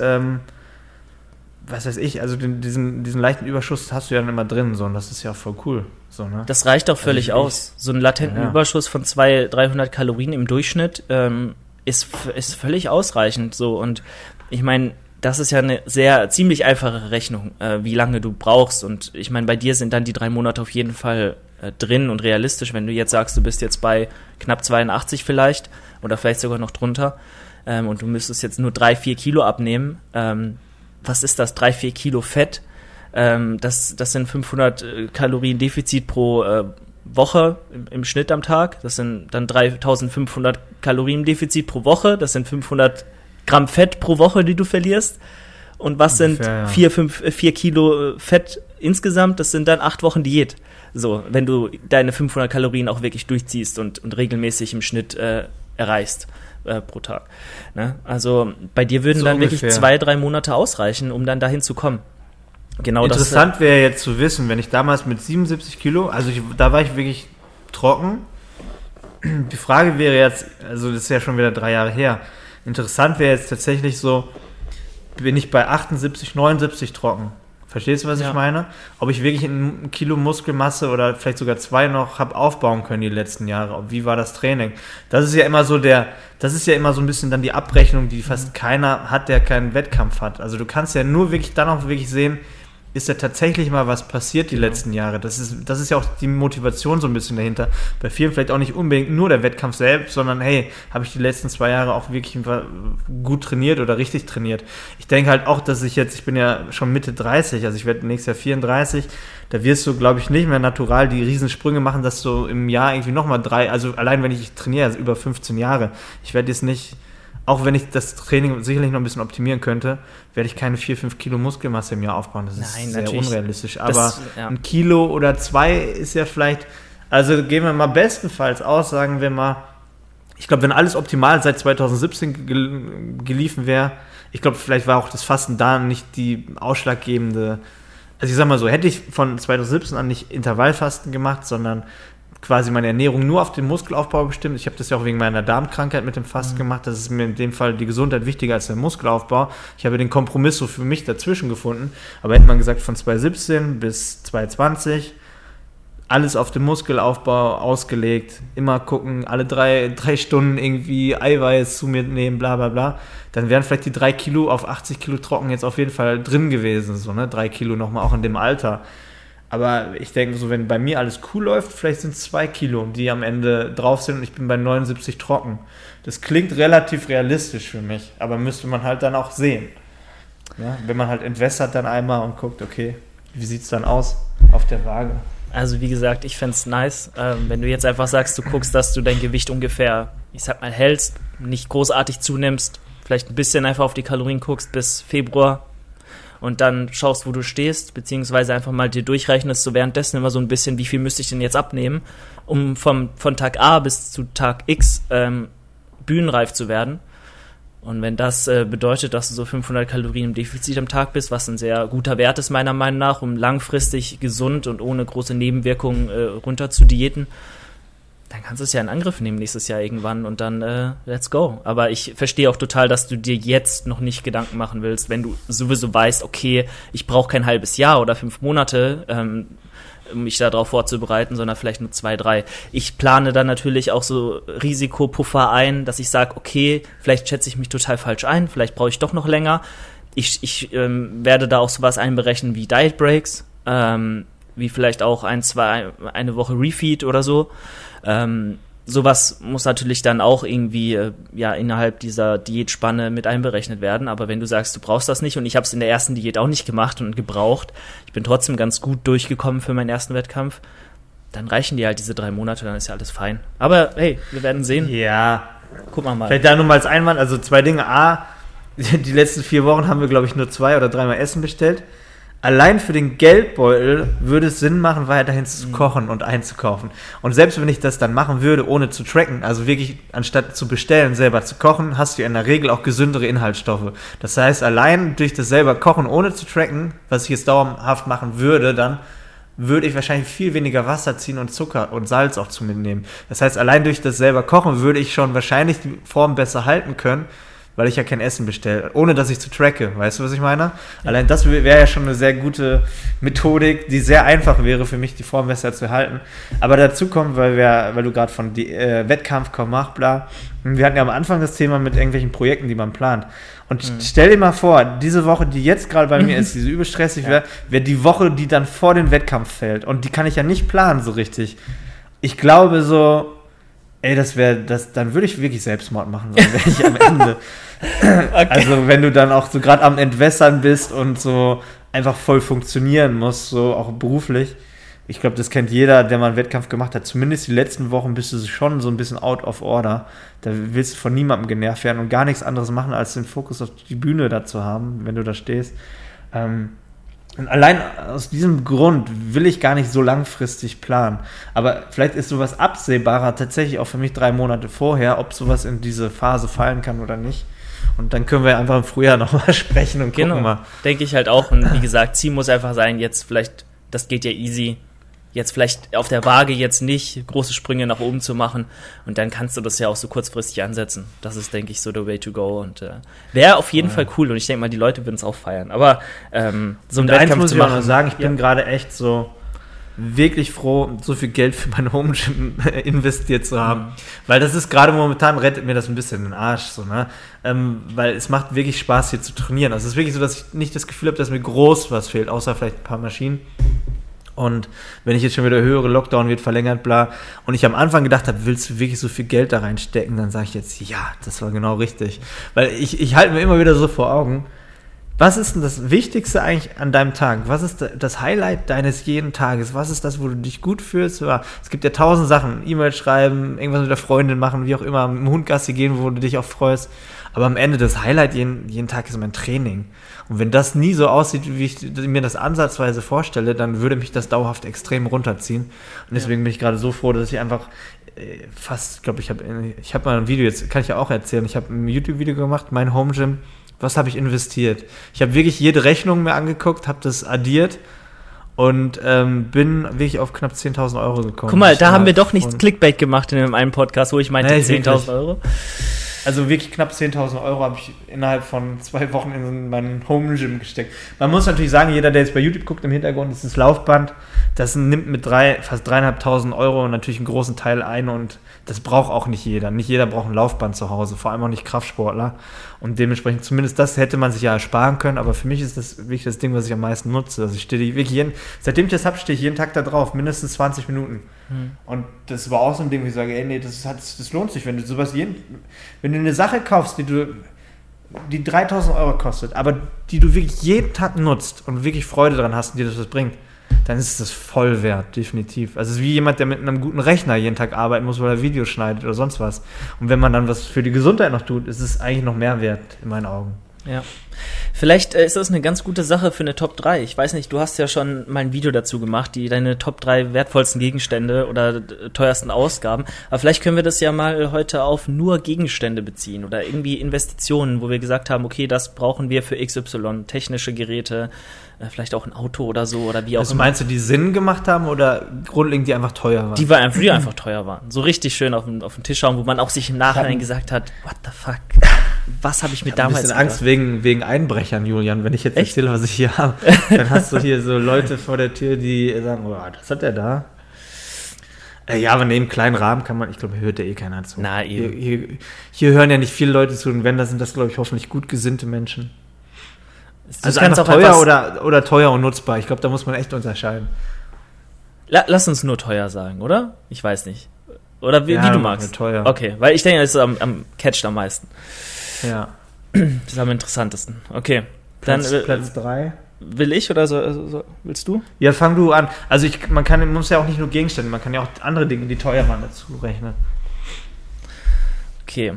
was weiß ich, also diesen leichten Überschuss hast du ja dann immer drin, so, und das ist ja voll cool. So, ne? Das reicht auch völlig aus. So einen latenten Überschuss von 200-300 Kalorien im Durchschnitt ist völlig ausreichend. So. Und ich meine, das ist ja eine ziemlich einfache Rechnung, wie lange du brauchst. Und ich meine, bei dir sind dann die 3 Monate auf jeden Fall drin und realistisch. Wenn du jetzt sagst, du bist jetzt bei knapp 82 vielleicht oder vielleicht sogar noch drunter und du müsstest jetzt nur 3-4 Kilo abnehmen, was ist das? 3-4 Kilo Fett? Das sind 500 Kalorien Defizit pro Woche im Schnitt am Tag. Das sind dann 3500 Kalorien Defizit pro Woche. Das sind 500 Gramm Fett pro Woche, die du verlierst. Und was ungefähr, sind 4 Kilo Fett insgesamt? Das sind dann 8 Wochen Diät. So, wenn du deine 500 Kalorien auch wirklich durchziehst und regelmäßig im Schnitt erreichst pro Tag. Ne? Also bei dir würden so dann ungefähr wirklich 2-3 Monate ausreichen, um dann dahin zu kommen. Genau. Interessant wäre jetzt zu wissen, wenn ich damals mit 77 Kilo, also da war ich wirklich trocken. Die Frage wäre jetzt, also das ist ja schon wieder 3 Jahre her, interessant wäre jetzt tatsächlich so, bin ich bei 78, 79 trocken. Verstehst du, was ich meine? Ob ich wirklich ein Kilo Muskelmasse oder vielleicht sogar 2 noch habe aufbauen können die letzten Jahre. Wie war das Training? Das ist ja immer so ein bisschen dann die Abrechnung, die fast keiner hat, der keinen Wettkampf hat. Also du kannst ja nur wirklich dann auch wirklich sehen, ist da tatsächlich mal was passiert die letzten Jahre. Das ist ja auch die Motivation so ein bisschen dahinter. Bei vielen vielleicht auch nicht unbedingt nur der Wettkampf selbst, sondern hey, habe ich die letzten 2 Jahre auch wirklich gut trainiert oder richtig trainiert. Ich denke halt auch, dass ich bin ja schon Mitte 30, also ich werde nächstes Jahr 34, da wirst du, glaube ich, nicht mehr natural die Riesensprünge machen, dass du im Jahr irgendwie nochmal 3, also allein wenn ich trainiere, also über 15 Jahre, ich werde jetzt nicht, auch wenn ich das Training sicherlich noch ein bisschen optimieren könnte, werde ich keine 4-5 Kilo Muskelmasse im Jahr aufbauen. Das ist sehr unrealistisch. Aber ein Kilo oder 2 ist ja vielleicht, also gehen wir mal bestenfalls aus, sagen wir mal, ich glaube, wenn alles optimal seit 2017 geliefen wäre, ich glaube, vielleicht war auch das Fasten da nicht die ausschlaggebende, also ich sag mal so, hätte ich von 2017 an nicht Intervallfasten gemacht, sondern quasi meine Ernährung nur auf den Muskelaufbau bestimmt. Ich habe das ja auch wegen meiner Darmkrankheit mit dem Fasten gemacht. Das ist mir in dem Fall die Gesundheit wichtiger als der Muskelaufbau. Ich habe den Kompromiss so für mich dazwischen gefunden. Aber hätte man gesagt, von 2017 bis 2020 alles auf den Muskelaufbau ausgelegt. Immer gucken, alle 3 Stunden irgendwie Eiweiß zu mir nehmen, bla bla bla. Dann wären vielleicht die 3 Kilo auf 80 Kilo trocken jetzt auf jeden Fall drin gewesen. So, ne? 3 Kilo nochmal auch in dem Alter. Aber ich denke so, wenn bei mir alles cool läuft, vielleicht sind es 2 Kilo, die am Ende drauf sind und ich bin bei 79 trocken. Das klingt relativ realistisch für mich, aber müsste man halt dann auch sehen. Ja, wenn man halt entwässert dann einmal und guckt, okay, wie sieht es dann aus auf der Waage? Also wie gesagt, ich fände es nice, wenn du jetzt einfach sagst, du guckst, dass du dein Gewicht ungefähr, ich sag mal, hältst, nicht großartig zunimmst vielleicht ein bisschen einfach auf die Kalorien guckst bis Februar und dann schaust, wo du stehst, beziehungsweise einfach mal dir durchrechnest, so währenddessen immer so ein bisschen, wie viel müsste ich denn jetzt abnehmen, um von Tag A bis zu Tag X bühnenreif zu werden. Und wenn das bedeutet, dass du so 500 Kalorien im Defizit am Tag bist, was ein sehr guter Wert ist meiner Meinung nach, um langfristig gesund und ohne große Nebenwirkungen runter zu diäten, dann kannst du es ja in Angriff nehmen nächstes Jahr irgendwann und dann let's go. Aber ich verstehe auch total, dass du dir jetzt noch nicht Gedanken machen willst, wenn du sowieso weißt, okay, ich brauche kein halbes Jahr oder 5 Monate, um mich darauf vorzubereiten, sondern vielleicht nur 2, 3. Ich plane dann natürlich auch so Risikopuffer ein, dass ich sage, okay, vielleicht schätze ich mich total falsch ein, vielleicht brauche ich doch noch länger. Ich werde da auch sowas einberechnen wie Diet Breaks, wie vielleicht auch eine Woche Refeed oder so. Sowas muss natürlich dann auch irgendwie innerhalb dieser Diätspanne mit einberechnet werden, aber wenn du sagst, du brauchst das nicht und ich habe es in der ersten Diät auch nicht gemacht und gebraucht, ich bin trotzdem ganz gut durchgekommen für meinen ersten Wettkampf, dann reichen dir halt diese 3 Monate, dann ist ja alles fein. Aber hey, wir werden sehen. Ja. Guck mal. Vielleicht da nur mal als Einwand, also 2 Dinge. A, die letzten 4 Wochen haben wir, glaube ich, nur 2 oder 3 Mal Essen bestellt. Allein für den Geldbeutel würde es Sinn machen, weiterhin zu kochen und einzukaufen. Und selbst wenn ich das dann machen würde, ohne zu tracken, also wirklich anstatt zu bestellen, selber zu kochen, hast du in der Regel auch gesündere Inhaltsstoffe. Das heißt, allein durch das selber Kochen, ohne zu tracken, was ich jetzt dauerhaft machen würde, dann würde ich wahrscheinlich viel weniger Wasser ziehen und Zucker und Salz auch zu mir nehmen. Das heißt, allein durch das selber Kochen würde ich schon wahrscheinlich die Form besser halten können, weil ich ja kein Essen bestelle, ohne dass ich zu tracke. Weißt du, was ich meine? Ja. Allein das wäre ja schon eine sehr gute Methodik, die sehr einfach wäre für mich, die Form besser zu halten. Aber dazu kommt, weil du gerade von Wettkampf komm, mach, bla. Wir hatten ja am Anfang das Thema mit irgendwelchen Projekten, die man plant. Und stell dir mal vor, diese Woche, die jetzt gerade bei mir ist, die so übel stressig wäre die Woche, die dann vor den Wettkampf fällt. Und die kann ich ja nicht planen so richtig. Ich glaube so, dann würde ich wirklich Selbstmord machen, dann wäre ich am Ende. Okay. Also wenn du dann auch so gerade am Entwässern bist und so einfach voll funktionieren musst, so auch beruflich. Ich glaube, das kennt jeder, der mal einen Wettkampf gemacht hat. Zumindest die letzten Wochen bist du schon so ein bisschen out of order. Da willst du von niemandem genervt werden und gar nichts anderes machen, als den Fokus auf die Bühne da zu haben, wenn du da stehst. Und allein aus diesem Grund will ich gar nicht so langfristig planen. Aber vielleicht ist sowas absehbarer tatsächlich auch für mich 3 Monate vorher, ob sowas in diese Phase fallen kann oder nicht. Und dann können wir einfach im Frühjahr nochmal sprechen und gucken mal. Denke ich halt auch. Und wie gesagt, Ziel muss einfach sein, jetzt vielleicht, das geht ja easy, jetzt vielleicht auf der Waage jetzt nicht große Sprünge nach oben zu machen und dann kannst du das ja auch so kurzfristig ansetzen. Das ist, denke ich, so the way to go und wäre auf jeden Fall cool und ich denke mal, die Leute würden es auch feiern. Aber so ein Wettkampf muss zu ich machen, auch mal sagen, ich bin gerade echt so wirklich froh, so viel Geld für mein Home Gym investiert zu haben, weil das ist gerade momentan, rettet mir das ein bisschen den Arsch, so, ne? Weil es macht wirklich Spaß, hier zu trainieren. Also es ist wirklich so, dass ich nicht das Gefühl habe, dass mir groß was fehlt, außer vielleicht ein paar Maschinen. Und wenn ich jetzt schon wieder höre, Lockdown wird verlängert, bla, und ich am Anfang gedacht habe, willst du wirklich so viel Geld da reinstecken, dann sage ich jetzt, ja, das war genau richtig. Weil ich halte mir immer wieder so vor Augen, was ist denn das Wichtigste eigentlich an deinem Tag? Was ist das Highlight deines jeden Tages? Was ist das, wo du dich gut fühlst? Es gibt ja 1000 Sachen, E-Mail schreiben, irgendwas mit der Freundin machen, wie auch immer, mit dem Hund Gassi gehen, wo du dich auch freust. Aber am Ende das Highlight jeden Tag ist mein Training. Und wenn das nie so aussieht, wie ich mir das ansatzweise vorstelle, dann würde mich das dauerhaft extrem runterziehen. Und deswegen bin ich gerade so froh, dass ich einfach fast, glaube ich, habe mal ein Video, jetzt kann ich ja auch erzählen, ich habe ein YouTube-Video gemacht, mein Home Gym, was habe ich investiert? Ich habe wirklich jede Rechnung mir angeguckt, habe das addiert und bin wirklich auf knapp 10.000 Euro gekommen. Guck mal, da haben wir doch nichts Clickbait gemacht in einem Podcast, wo ich meinte 10.000 Euro. Also wirklich knapp 10.000 Euro habe ich innerhalb von 2 Wochen in meinen Home Gym gesteckt. Man muss natürlich sagen, jeder, der jetzt bei YouTube guckt, im Hintergrund ist das Laufband, das nimmt mit fast 3.500 Euro natürlich einen großen Teil ein und das braucht auch nicht jeder. Nicht jeder braucht ein Laufband zu Hause, vor allem auch nicht Kraftsportler. Und dementsprechend, zumindest das hätte man sich ja ersparen können, aber für mich ist das wirklich das Ding, was ich am meisten nutze. Also ich stehe wirklich seitdem ich das habe, stehe ich jeden Tag da drauf, mindestens 20 Minuten. Und das war auch so ein Ding, wo ich sage, ey, nee, das lohnt sich, wenn du sowas wenn du eine Sache kaufst, die 3.000 Euro kostet, aber die du wirklich jeden Tag nutzt und wirklich Freude dran hast und dir das was bringt, dann ist es voll wert, definitiv. Also es ist wie jemand, der mit einem guten Rechner jeden Tag arbeiten muss, weil er Videos schneidet oder sonst was. Und wenn man dann was für die Gesundheit noch tut, ist es eigentlich noch mehr wert, in meinen Augen. Ja. Vielleicht ist das eine ganz gute Sache für eine Top 3. Ich weiß nicht, du hast ja schon mal ein Video dazu gemacht, deine Top 3 wertvollsten Gegenstände oder teuersten Ausgaben. Aber vielleicht können wir das ja mal heute auf nur Gegenstände beziehen oder irgendwie Investitionen, wo wir gesagt haben, okay, das brauchen wir für XY, technische Geräte, vielleicht auch ein Auto oder so oder wie auch immer. Also meinst du, die Sinn gemacht haben oder grundlegend die einfach teuer waren? Die einfach teuer waren. So richtig schön auf dem Tisch schauen, wo man auch sich im Nachhinein gesagt hat, what the fuck? Was habe ich mir damals gedacht? Ein bisschen Angst wegen Einbrechern, Julian. Wenn ich jetzt erzähle, was ich hier habe, dann hast du hier so Leute vor der Tür, die sagen, oh, das hat er da. Ja, aber neben kleinen Rahmen kann man, ich glaube, hört ja eh keiner zu. Na, hier hören ja nicht viele Leute zu und wenn, das sind das, glaube ich, hoffentlich gut gesinnte Menschen. Also einfach teuer oder teuer und nutzbar. Ich glaube, da muss man echt unterscheiden. Lass uns nur teuer sagen, oder? Ich weiß nicht. Oder wie du magst. Teuer. Okay, weil ich denke, das ist am catcht am meisten. Ja. Das ist am interessantesten. Okay. Platz 3. Will ich oder so, willst du? Ja, fang du an. Also man muss ja auch nicht nur Gegenstände, man kann ja auch andere Dinge, die teuer waren, dazu rechnen. Okay.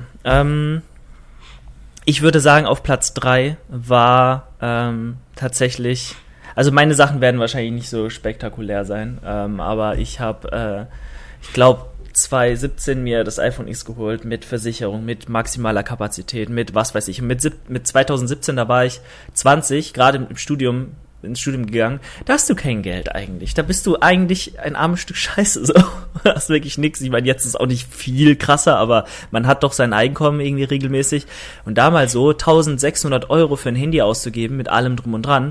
Ich würde sagen, auf Platz 3 war tatsächlich, also meine Sachen werden wahrscheinlich nicht so spektakulär sein, aber ich habe, ich glaube, 2017 mir das iPhone X geholt mit Versicherung, mit maximaler Kapazität, mit was weiß ich. Und mit 2017, da war ich 20, gerade ins Studium gegangen, da hast du kein Geld eigentlich. Da bist du eigentlich ein armes Stück Scheiße. So. Da hast wirklich nichts. Ich meine, jetzt ist auch nicht viel krasser, aber man hat doch sein Einkommen irgendwie regelmäßig. Und damals so 1.600 € für ein Handy auszugeben, mit allem drum und dran,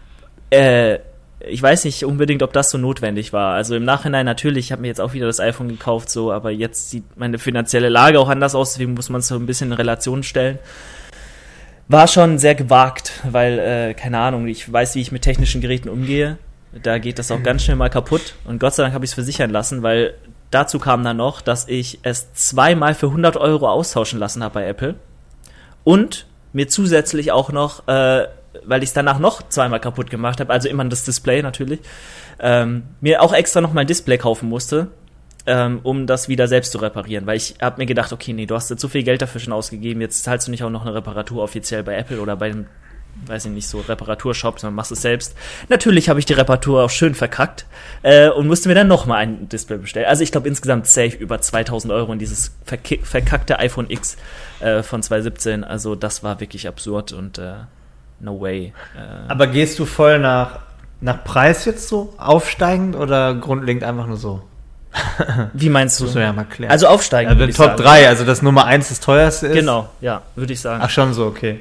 ich weiß nicht unbedingt, ob das so notwendig war. Also im Nachhinein natürlich, ich habe mir jetzt auch wieder das iPhone gekauft, so, aber jetzt sieht meine finanzielle Lage auch anders aus, deswegen muss man es so ein bisschen in Relation stellen. War schon sehr gewagt, weil, keine Ahnung, ich weiß, wie ich mit technischen Geräten umgehe. Da geht das auch ganz schnell mal kaputt. Und Gott sei Dank habe ich es versichern lassen, weil dazu kam dann noch, dass ich es 2-mal für 100 € austauschen lassen habe bei Apple. Und mir zusätzlich auch noch, weil ich es danach noch 2-mal kaputt gemacht habe, also immer das Display natürlich, mir auch extra noch mal ein Display kaufen musste, um das wieder selbst zu reparieren, weil ich habe mir gedacht, okay, nee, du hast jetzt so viel Geld dafür schon ausgegeben, jetzt zahlst du nicht auch noch eine Reparatur offiziell bei Apple oder bei einem, weiß ich nicht, so Reparaturshop, sondern machst es selbst. Natürlich habe ich die Reparatur auch schön verkackt und musste mir dann noch mal ein Display bestellen. Also ich glaube insgesamt safe über 2.000 € in dieses verkackte iPhone X von 2017, also das war wirklich absurd und no way. Aber gehst du voll nach Preis jetzt so aufsteigend oder grundlegend einfach nur so? Wie meinst du? Das musst du ja mal klären. Also aufsteigend. Also Top 3, also das Nummer 1 das teuerste ist? Genau, ja, würde ich sagen. Ach schon so, okay.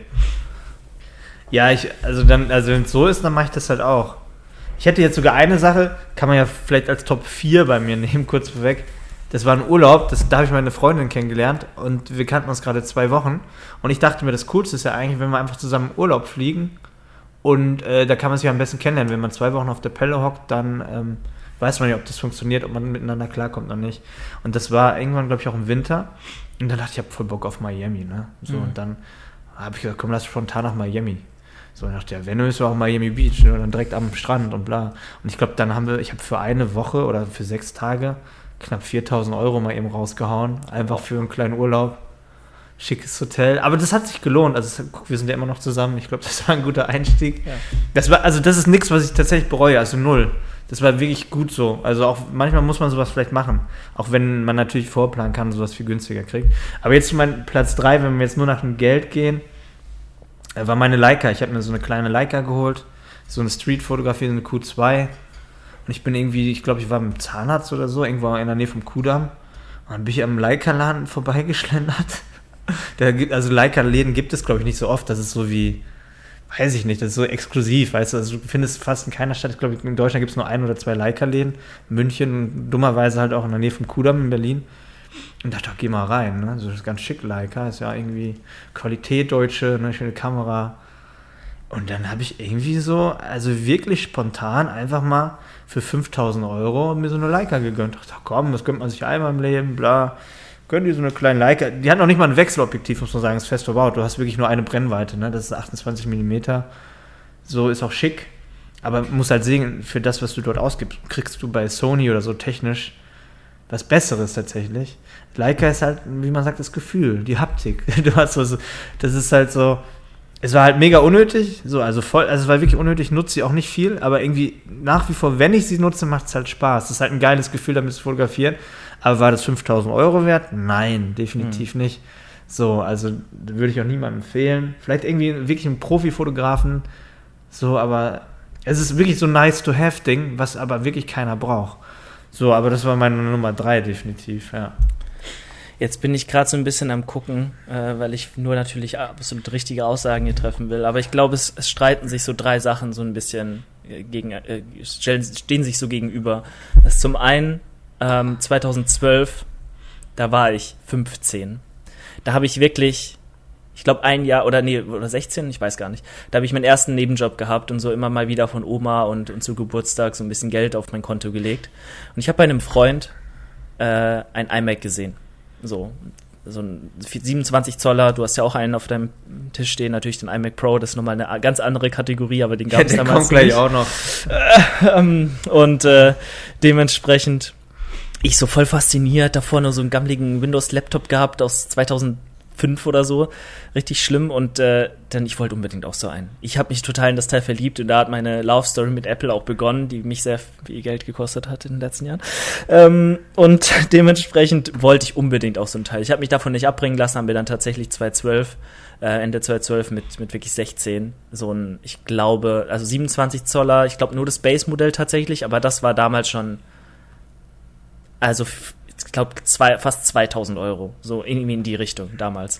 Ja, wenn es so ist, dann mache ich das halt auch. Ich hätte jetzt sogar eine Sache, kann man ja vielleicht als Top 4 bei mir nehmen, kurz vorweg. Das war ein Urlaub, da habe ich meine Freundin kennengelernt und wir kannten uns gerade 2 Wochen. Und ich dachte mir, das Coolste ist ja eigentlich, wenn wir einfach zusammen Urlaub fliegen und da kann man sich am besten kennenlernen. Wenn man 2 Wochen auf der Pelle hockt, dann weiß man ja, ob das funktioniert, ob man miteinander klarkommt oder nicht. Und das war irgendwann, glaube ich, auch im Winter. Und dann dachte ich, ich habe voll Bock auf Miami. Ne? So, und dann habe ich gesagt, komm, lass spontan nach Miami. So, und dachte, ja, wenn du bist, auch Miami Beach, ne? Und dann direkt am Strand und bla. Und ich glaube, dann ich habe für eine Woche oder für 6 Tage knapp 4.000 € mal eben rausgehauen. Einfach für einen kleinen Urlaub. Schickes Hotel. Aber das hat sich gelohnt. Also guck, wir sind ja immer noch zusammen. Ich glaube, das war ein guter Einstieg. Ja. Das ist nichts, was ich tatsächlich bereue. Also 0. Das war wirklich gut so. Also auch manchmal muss man sowas vielleicht machen. Auch wenn man natürlich vorplanen kann und sowas viel günstiger kriegt. Aber jetzt zu meinem Platz 3, wenn wir jetzt nur nach dem Geld gehen, war meine Leica. Ich habe mir so eine kleine Leica geholt. So eine Streetfotografie, eine Q2. Und ich bin irgendwie, ich glaube, ich war mit dem Zahnarzt oder so, irgendwo in der Nähe vom Kudamm. Und dann bin ich am Leica-Laden vorbeigeschlendert. Also Leica-Läden gibt es, glaube ich, nicht so oft. Das ist so wie, weiß ich nicht, das ist so exklusiv, weißt du. Also du findest fast in keiner Stadt, ich glaube, in Deutschland gibt es nur 1 oder 2 Leica-Läden. München, dummerweise halt auch in der Nähe vom Kudamm in Berlin. Und dachte, geh mal rein, ne? So, das ist ganz schick, Leica. Ist ja irgendwie Qualität, deutsche, eine schöne Kamera. Und dann habe ich irgendwie so, also wirklich spontan einfach mal für 5.000 € mir so eine Leica gegönnt. Ich dachte, komm, das gönnt man sich einmal im Leben, bla. Gönn dir so eine kleine Leica. Die hat noch nicht mal ein Wechselobjektiv, muss man sagen, ist fest verbaut. Du hast wirklich nur eine Brennweite, ne? Das ist 28 mm. So ist auch schick. Aber muss halt sehen, für das, was du dort ausgibst, kriegst du bei Sony oder so technisch was Besseres tatsächlich. Leica ist halt, wie man sagt, das Gefühl, die Haptik. Du hast so, das ist halt so, es war halt mega unnötig, es war wirklich unnötig, nutze sie auch nicht viel, aber irgendwie nach wie vor, wenn ich sie nutze, macht es halt Spaß. Es ist halt ein geiles Gefühl, damit zu fotografieren. Aber war das 5.000 € wert? Nein, definitiv nicht. So, also würde ich auch niemandem empfehlen. Vielleicht irgendwie wirklich einen Profifotografen, so, aber es ist wirklich so ein Nice-to-have-Ding, was aber wirklich keiner braucht. So, aber das war meine Nummer 3 definitiv, ja. Jetzt bin ich gerade so ein bisschen am Gucken, weil ich nur natürlich absolut richtige Aussagen hier treffen will. Aber ich glaube, es streiten sich so 3 Sachen so ein bisschen stehen sich so gegenüber. Das ist zum einen 2012, da war ich 15. Da habe ich wirklich, ich glaube ein Jahr oder 16, ich weiß gar nicht. Da habe ich meinen ersten Nebenjob gehabt und so immer mal wieder von Oma und zu Geburtstag so ein bisschen Geld auf mein Konto gelegt. Und ich habe bei einem Freund ein iMac gesehen. So ein 27 Zoller, du hast ja auch einen auf deinem Tisch stehen, natürlich den iMac Pro, das ist nochmal eine ganz andere Kategorie, aber den gab es damals kommt nicht. Gleich auch noch. Und dementsprechend ich so voll fasziniert, davor nur so einen gammeligen Windows-Laptop gehabt aus 2005 oder so, richtig schlimm und dann ich wollte unbedingt auch so einen. Ich habe mich total in das Teil verliebt und da hat meine Love Story mit Apple auch begonnen, die mich sehr viel Geld gekostet hat in den letzten Jahren und dementsprechend wollte ich unbedingt auch so ein Teil. Ich habe mich davon nicht abbringen lassen, haben wir dann tatsächlich Ende 2012 mit wirklich 16 so ein, ich glaube, also 27 Zoller, ich glaube nur das Base-Modell tatsächlich, aber das war damals schon, also ich glaube fast 2.000 €, so irgendwie in die Richtung damals.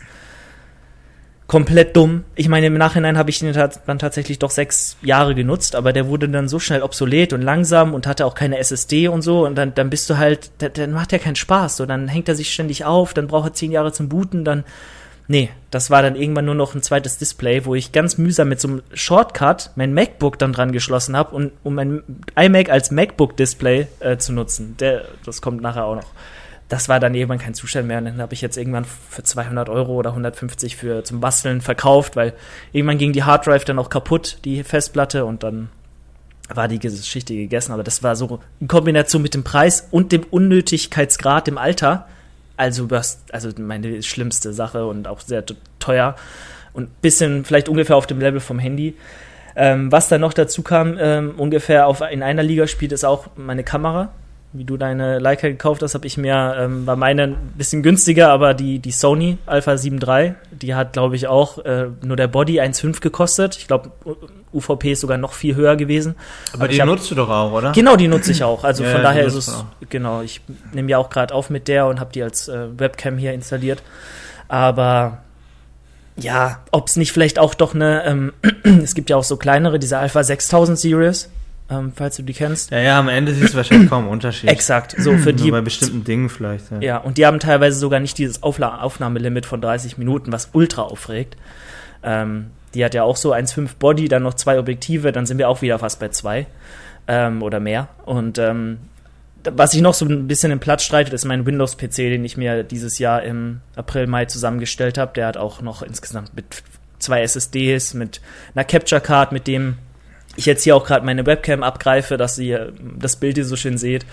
Komplett dumm. Ich meine, im Nachhinein habe ich den dann tatsächlich doch 6 Jahre genutzt, aber der wurde dann so schnell obsolet und langsam und hatte auch keine SSD und so und dann bist du halt, dann macht ja keinen Spaß, so dann hängt er sich ständig auf, dann braucht er 10 Jahre zum Booten, dann nee, das war dann irgendwann nur noch ein zweites Display, wo ich ganz mühsam mit so einem Shortcut mein MacBook dann dran geschlossen habe, um mein iMac als MacBook-Display zu nutzen. Das kommt nachher auch noch. Das war dann irgendwann kein Zustand mehr. Und dann habe ich jetzt irgendwann für 200 € oder 150 zum Basteln verkauft, weil irgendwann ging die Harddrive dann auch kaputt, die Festplatte, und dann war die Geschichte gegessen. Aber das war so in Kombination mit dem Preis und dem Unnötigkeitsgrad im Alter, also meine schlimmste Sache und auch sehr teuer und ein bisschen vielleicht ungefähr auf dem Level vom Handy. Was dann noch dazu kam, ungefähr in einer Liga spielt, ist auch meine Kamera. Wie du deine Leica gekauft hast, habe ich mir, war meine ein bisschen günstiger, aber die Sony Alpha 7 III, die hat, glaube ich, auch nur der Body 1,5 gekostet. Ich glaube, UVP ist sogar noch viel höher gewesen. Aber die nutzt du doch auch, oder? Genau, die nutze ich auch. Also ja, von daher ist es, genau, ich nehme ja auch gerade auf mit der und habe die als Webcam hier installiert. Aber ja, ob es nicht vielleicht auch doch es gibt ja auch so kleinere, diese Alpha 6000 Series, falls du die kennst. Ja, am Ende siehst du wahrscheinlich kaum Unterschied. Exakt, so für die. Bei bestimmten Dingen vielleicht. Ja, und die haben teilweise sogar nicht dieses Aufnahmelimit von 30 Minuten, was ultra aufregt. Die hat ja auch so 1,5 Body, dann noch 2 Objektive, dann sind wir auch wieder fast bei 2 oder mehr. Und was sich noch so ein bisschen im Platz streitet, ist mein Windows-PC, den ich mir dieses Jahr im April, Mai zusammengestellt habe. Der hat auch noch insgesamt mit 2 SSDs, mit einer Capture-Card, mit dem ich jetzt hier auch gerade meine Webcam abgreife, dass ihr das Bild hier so schön seht.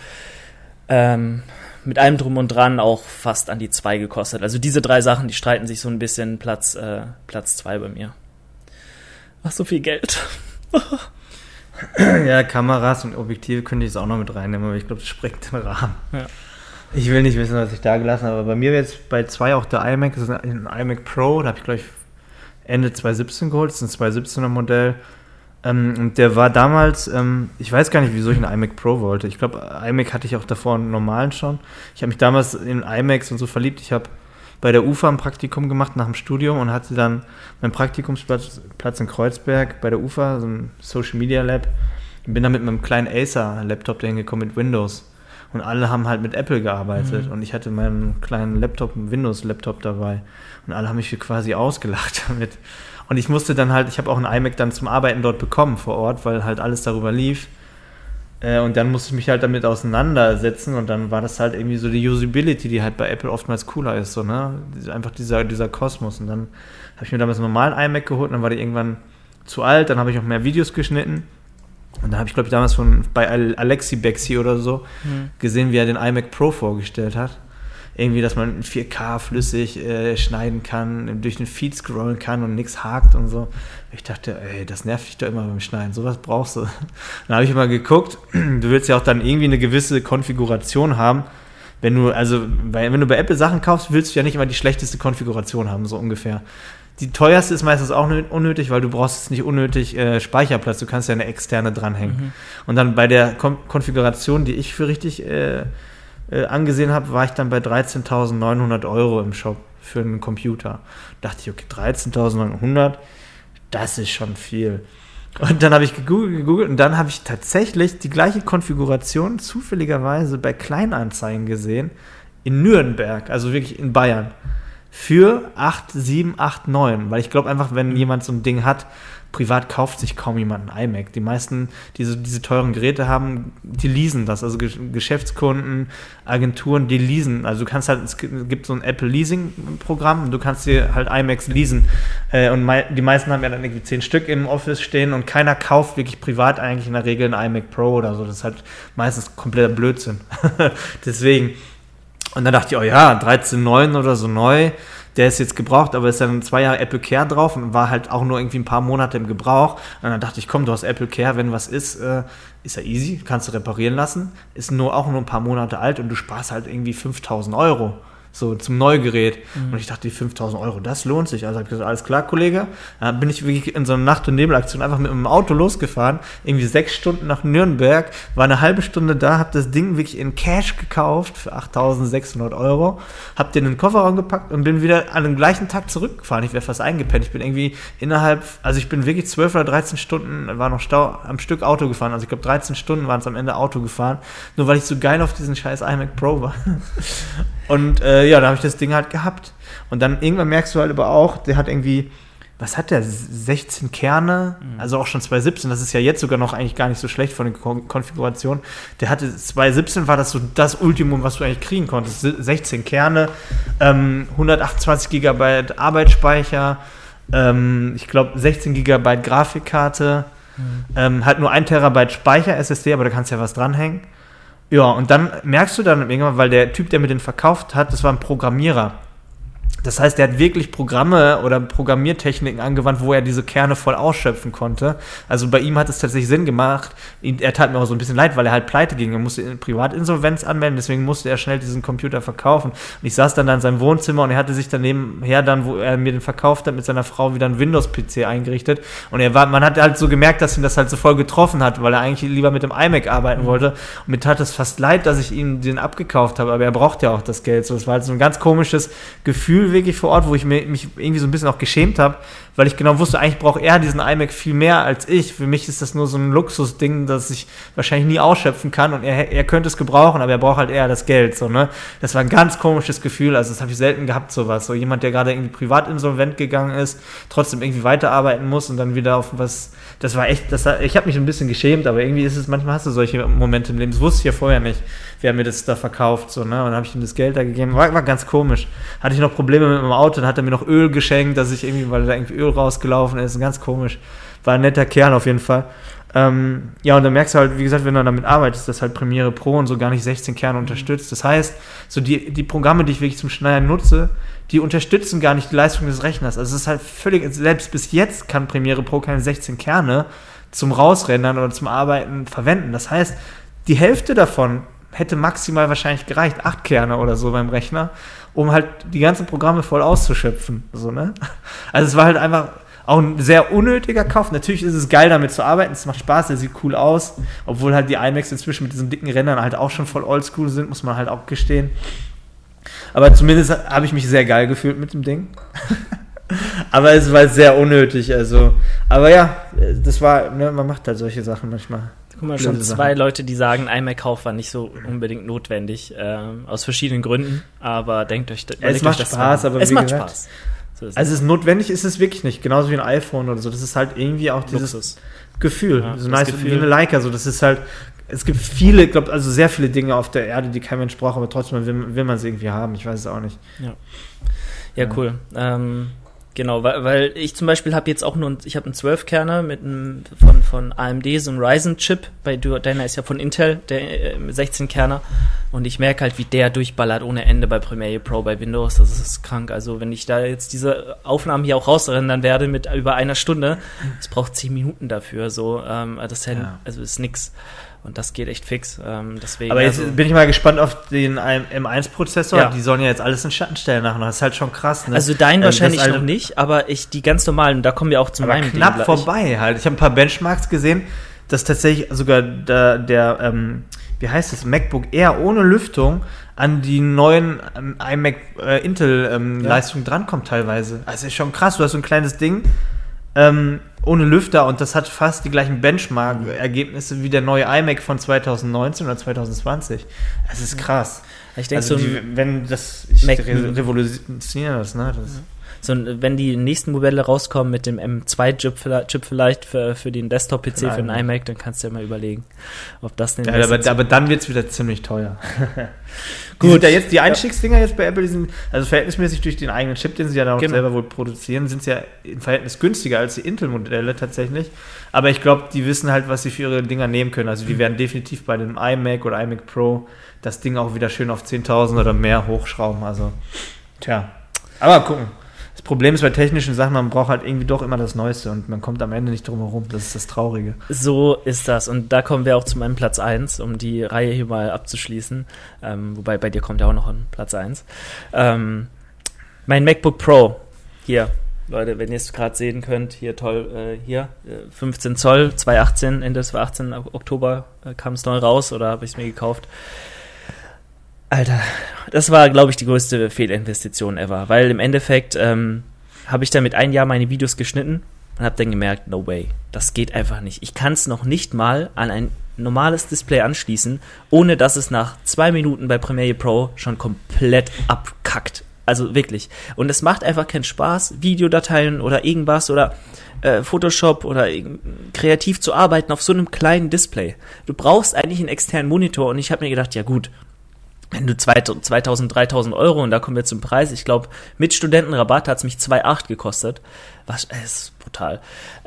Mit allem drum und dran auch fast an die 2 gekostet. Also diese 3 Sachen, die streiten sich so ein bisschen Platz 2 bei mir. Ach, so viel Geld. Ja, Kameras und Objektive könnte ich jetzt auch noch mit reinnehmen, aber ich glaube, das sprengt den Rahmen. Ja. Ich will nicht wissen, was ich da gelassen habe, aber bei mir jetzt bei 2 auch der iMac, das ist ein iMac Pro, da habe ich, glaube ich, Ende 2017 geholt, das ist ein 2017er Modell. Und der war damals, ich weiß gar nicht, wieso ich einen iMac Pro wollte. Ich glaube, iMac hatte ich auch davor einen normalen schon. Ich habe mich damals in iMacs und so verliebt. Ich habe bei der UFA ein Praktikum gemacht nach dem Studium und hatte dann meinen Praktikumsplatz in Kreuzberg bei der UFA, so ein Social Media Lab. Ich bin dann mit meinem kleinen Acer-Laptop dahin gekommen mit Windows. Und alle haben halt mit Apple gearbeitet. Und ich hatte meinen kleinen Laptop, einen Windows-Laptop dabei. Und alle haben mich quasi ausgelacht damit. Und ich musste dann halt, ich habe auch einen iMac dann zum Arbeiten dort bekommen vor Ort, weil halt alles darüber lief. Und dann musste ich mich halt damit auseinandersetzen und dann war das halt irgendwie so die Usability, die halt bei Apple oftmals cooler ist, so, ne? Einfach dieser Kosmos. Und dann habe ich mir damals einen normalen iMac geholt und dann war der irgendwann zu alt, dann habe ich auch mehr Videos geschnitten. Und da habe ich, glaube ich, damals bei Alexi Bexi oder so gesehen, wie er den iMac Pro vorgestellt hat. Irgendwie, dass man in 4K flüssig schneiden kann, durch den Feed scrollen kann und nichts hakt und so. Ich dachte, ey, das nervt dich doch immer beim Schneiden, sowas brauchst du. Dann habe ich mal geguckt, du willst ja auch dann irgendwie eine gewisse Konfiguration haben. Wenn du bei Apple Sachen kaufst, willst du ja nicht immer die schlechteste Konfiguration haben, so ungefähr. Die teuerste ist meistens auch unnötig, weil du brauchst jetzt nicht unnötig Speicherplatz, du kannst ja eine externe dranhängen. Und dann bei der Konfiguration, die ich für richtig angesehen habe, war ich dann bei 13.900 € im Shop für einen Computer. Dachte ich, okay, 13.900, das ist schon viel. Und dann habe ich gegoogelt und dann habe ich tatsächlich die gleiche Konfiguration zufälligerweise bei Kleinanzeigen gesehen, in Nürnberg, also wirklich in Bayern, für 8.789, weil ich glaube einfach, wenn jemand so ein Ding hat, privat kauft sich kaum jemand ein iMac. Die meisten, die diese teuren Geräte haben, die leasen das. Also Geschäftskunden, Agenturen, die leasen. Also du kannst halt, es gibt so ein Apple Leasing-Programm und du kannst dir halt iMacs leasen. Und die meisten haben ja dann irgendwie 10 Stück im Office stehen und keiner kauft wirklich privat eigentlich in der Regel ein iMac Pro oder so. Das ist halt meistens kompletter Blödsinn. Deswegen. Und dann dachte ich, oh ja, 13.9 oder so neu. Der ist jetzt gebraucht, aber ist dann 2 Jahre Apple Care drauf und war halt auch nur irgendwie ein paar Monate im Gebrauch. Und dann dachte ich, komm, du hast Apple Care, wenn was ist ja easy, kannst du reparieren lassen. Ist auch nur ein paar Monate alt und du sparst halt irgendwie 5.000 € so zum Neugerät. Und ich dachte, die 5.000 €, das lohnt sich. Also habe ich gesagt, alles klar, Kollege. Dann bin ich wirklich in so einer Nacht- und Nebelaktion einfach mit dem Auto losgefahren, irgendwie 6 Stunden nach Nürnberg, war eine halbe Stunde da, habe das Ding wirklich in Cash gekauft für 8.600 €, habe den in den Kofferraum gepackt und bin wieder an dem gleichen Tag zurückgefahren. Ich wäre fast eingepennt. Ich bin irgendwie ich bin wirklich 12 oder 13 Stunden, war noch Stau, am Stück Auto gefahren. Also ich glaube 13 Stunden waren es am Ende Auto gefahren, nur weil ich so geil auf diesen scheiß iMac Pro war. Und da habe ich das Ding halt gehabt. Und dann irgendwann merkst du halt aber auch, der hat irgendwie, was hat der, 16 Kerne, also auch schon 217, das ist ja jetzt sogar noch eigentlich gar nicht so schlecht von der Konfiguration. Der hatte 217, war das so das Ultimum, was du eigentlich kriegen konntest. 16 Kerne, 128 GB Arbeitsspeicher, ich glaube 16 GB Grafikkarte, hat nur 1 TB Speicher SSD, aber da kannst du ja was dranhängen. Ja, und dann merkst du dann irgendwann, weil der Typ, der mir den verkauft hat, das war ein Programmierer. Das heißt, der hat wirklich Programme oder Programmiertechniken angewandt, wo er diese Kerne voll ausschöpfen konnte. Also bei ihm hat es tatsächlich Sinn gemacht. Er tat mir auch so ein bisschen leid, weil er halt pleite ging. Er musste Privatinsolvenz anmelden, deswegen musste er schnell diesen Computer verkaufen. Und ich saß dann da in seinem Wohnzimmer und er hatte sich dann nebenher dann, wo er mir den verkauft hat, mit seiner Frau wieder einen Windows-PC eingerichtet. Und man hat halt so gemerkt, dass ihn das halt so voll getroffen hat, weil er eigentlich lieber mit dem iMac arbeiten wollte. Und mir tat es fast leid, dass ich ihm den abgekauft habe, aber er braucht ja auch das Geld. So, das war halt so ein ganz komisches Gefühl wirklich vor Ort, wo ich mich irgendwie so ein bisschen auch geschämt habe, weil ich genau wusste, eigentlich braucht er diesen iMac viel mehr als ich. Für mich ist das nur so ein Luxusding, das ich wahrscheinlich nie ausschöpfen kann und er könnte es gebrauchen, aber er braucht halt eher das Geld. So, ne? Das war ein ganz komisches Gefühl, also das habe ich selten gehabt, sowas. So jemand, der gerade irgendwie privat insolvent gegangen ist, trotzdem irgendwie weiterarbeiten muss und dann wieder auf was, das war echt, ich habe mich ein bisschen geschämt, aber irgendwie ist es, manchmal hast du solche Momente im Leben, das wusste ich ja vorher nicht, wer mir das da verkauft, so, ne? Und dann habe ich ihm das Geld da gegeben, war ganz komisch. Hatte ich noch Probleme mit meinem Auto, dann hat er mir noch Öl geschenkt, dass ich irgendwie, weil da irgendwie Öl rausgelaufen ist, ganz komisch. War ein netter Kerl auf jeden Fall. Und dann merkst du halt, wie gesagt, wenn du damit arbeitest, dass halt Premiere Pro und so gar nicht 16 Kerne unterstützt. Das heißt, so die Programme, die ich wirklich zum Schneiden nutze, die unterstützen gar nicht die Leistung des Rechners. Also es ist halt völlig, selbst bis jetzt kann Premiere Pro keine 16 Kerne zum Rausrendern oder zum Arbeiten verwenden. Das heißt, die Hälfte davon hätte maximal wahrscheinlich gereicht, 8 Kerne oder so beim Rechner, um halt die ganzen Programme voll auszuschöpfen. So, ne? Also es war halt einfach auch ein sehr unnötiger Kauf. Natürlich ist es geil, damit zu arbeiten, es macht Spaß, der sieht cool aus, obwohl halt die iMacs inzwischen mit diesen dicken Rändern halt auch schon voll oldschool sind, muss man halt auch gestehen. Aber zumindest habe ich mich sehr geil gefühlt mit dem Ding. Aber es war sehr unnötig, also. Aber ja, das war, ne, man macht halt solche Sachen manchmal. Guck mal, schon 2 Leute, die sagen, iMac-Kauf war nicht so unbedingt notwendig, aus verschiedenen Gründen, aber denkt euch, es macht Spaß, aber es macht Spaß. So ist also es ist notwendig, ist es wirklich nicht, genauso wie ein iPhone oder so, das ist halt irgendwie auch dieses Luxus. Gefühl, ja, so nice Gefühl. Wie eine Leica, so, das ist halt, es gibt viele, ich glaube, also sehr viele Dinge auf der Erde, die kein Mensch braucht, aber trotzdem will man sie irgendwie haben, ich weiß es auch nicht. Ja, cool. Genau, weil ich zum Beispiel habe jetzt auch ich habe einen 12-Kerner von AMD, so einen Ryzen-Chip, deiner ist ja von Intel, der 16-Kerner, und ich merke halt, wie der durchballert ohne Ende bei Premiere Pro, bei Windows, das ist krank. Also wenn ich da jetzt diese Aufnahmen hier auch rausrendern werde mit über einer Stunde, es braucht 10 Minuten dafür, so, also ist nix. Und das geht echt fix. Deswegen, aber jetzt bin ich mal gespannt auf den M1-Prozessor. Ja. Die sollen ja jetzt alles in Schatten stellen nachher. Das ist halt schon krass. Ne? Also dein wahrscheinlich noch nicht, aber die ganz normalen, da kommen wir auch zu meinem knapp Ding vorbei halt. Ich habe ein paar Benchmarks gesehen, dass tatsächlich sogar der wie heißt es, MacBook Air ohne Lüftung an die neuen iMac Intel-Leistungen drankommt teilweise. Also ist schon krass. Du hast so ein kleines Ding, ohne Lüfter, und das hat fast die gleichen Benchmark-Ergebnisse wie der neue iMac von 2019 oder 2020. Das ist krass. Ich denke, also revolutionieren das, ne? Wenn die nächsten Modelle rauskommen mit dem M2-Chip vielleicht für den Desktop-PC, für den iMac, dann kannst du ja mal überlegen, ob das denn... Ja, aber dann wird es wieder ziemlich teuer. Gut, jetzt die Einstiegsdinger jetzt bei Apple, die sind, also verhältnismäßig durch den eigenen Chip, den sie ja dann auch selber wohl produzieren, sind es ja im Verhältnis günstiger als die Intel-Modelle tatsächlich. Aber ich glaube, die wissen halt, was sie für ihre Dinger nehmen können. Also die werden definitiv bei dem iMac oder iMac Pro das Ding auch wieder schön auf 10.000 oder mehr hochschrauben. Also, aber gucken. Das Problem ist bei technischen Sachen, man braucht halt irgendwie doch immer das Neueste und man kommt am Ende nicht drum herum. Das ist das Traurige. So ist das. Und da kommen wir auch zu meinem Platz 1, um die Reihe hier mal abzuschließen. Wobei bei dir kommt ja auch noch ein Platz 1. Mein MacBook Pro. Hier, Leute, wenn ihr es gerade sehen könnt, hier toll, 15 Zoll, 2018, Ende 2018, Oktober kam es neu raus oder habe ich es mir gekauft. Alter, das war, glaube ich, die größte Fehlinvestition ever, weil im Endeffekt habe ich damit ein Jahr meine Videos geschnitten und habe dann gemerkt, no way, das geht einfach nicht. Ich kann es noch nicht mal an ein normales Display anschließen, ohne dass es nach 2 Minuten bei Premiere Pro schon komplett abkackt. Also wirklich. Und es macht einfach keinen Spaß, Videodateien oder irgendwas oder Photoshop oder kreativ zu arbeiten auf so einem kleinen Display. Du brauchst eigentlich einen externen Monitor und ich habe mir gedacht, ja gut, wenn du 2.000, 3.000 Euro, und da kommen wir zum Preis, ich glaube, mit Studentenrabatt hat es mich 2,8 gekostet. Das ist brutal.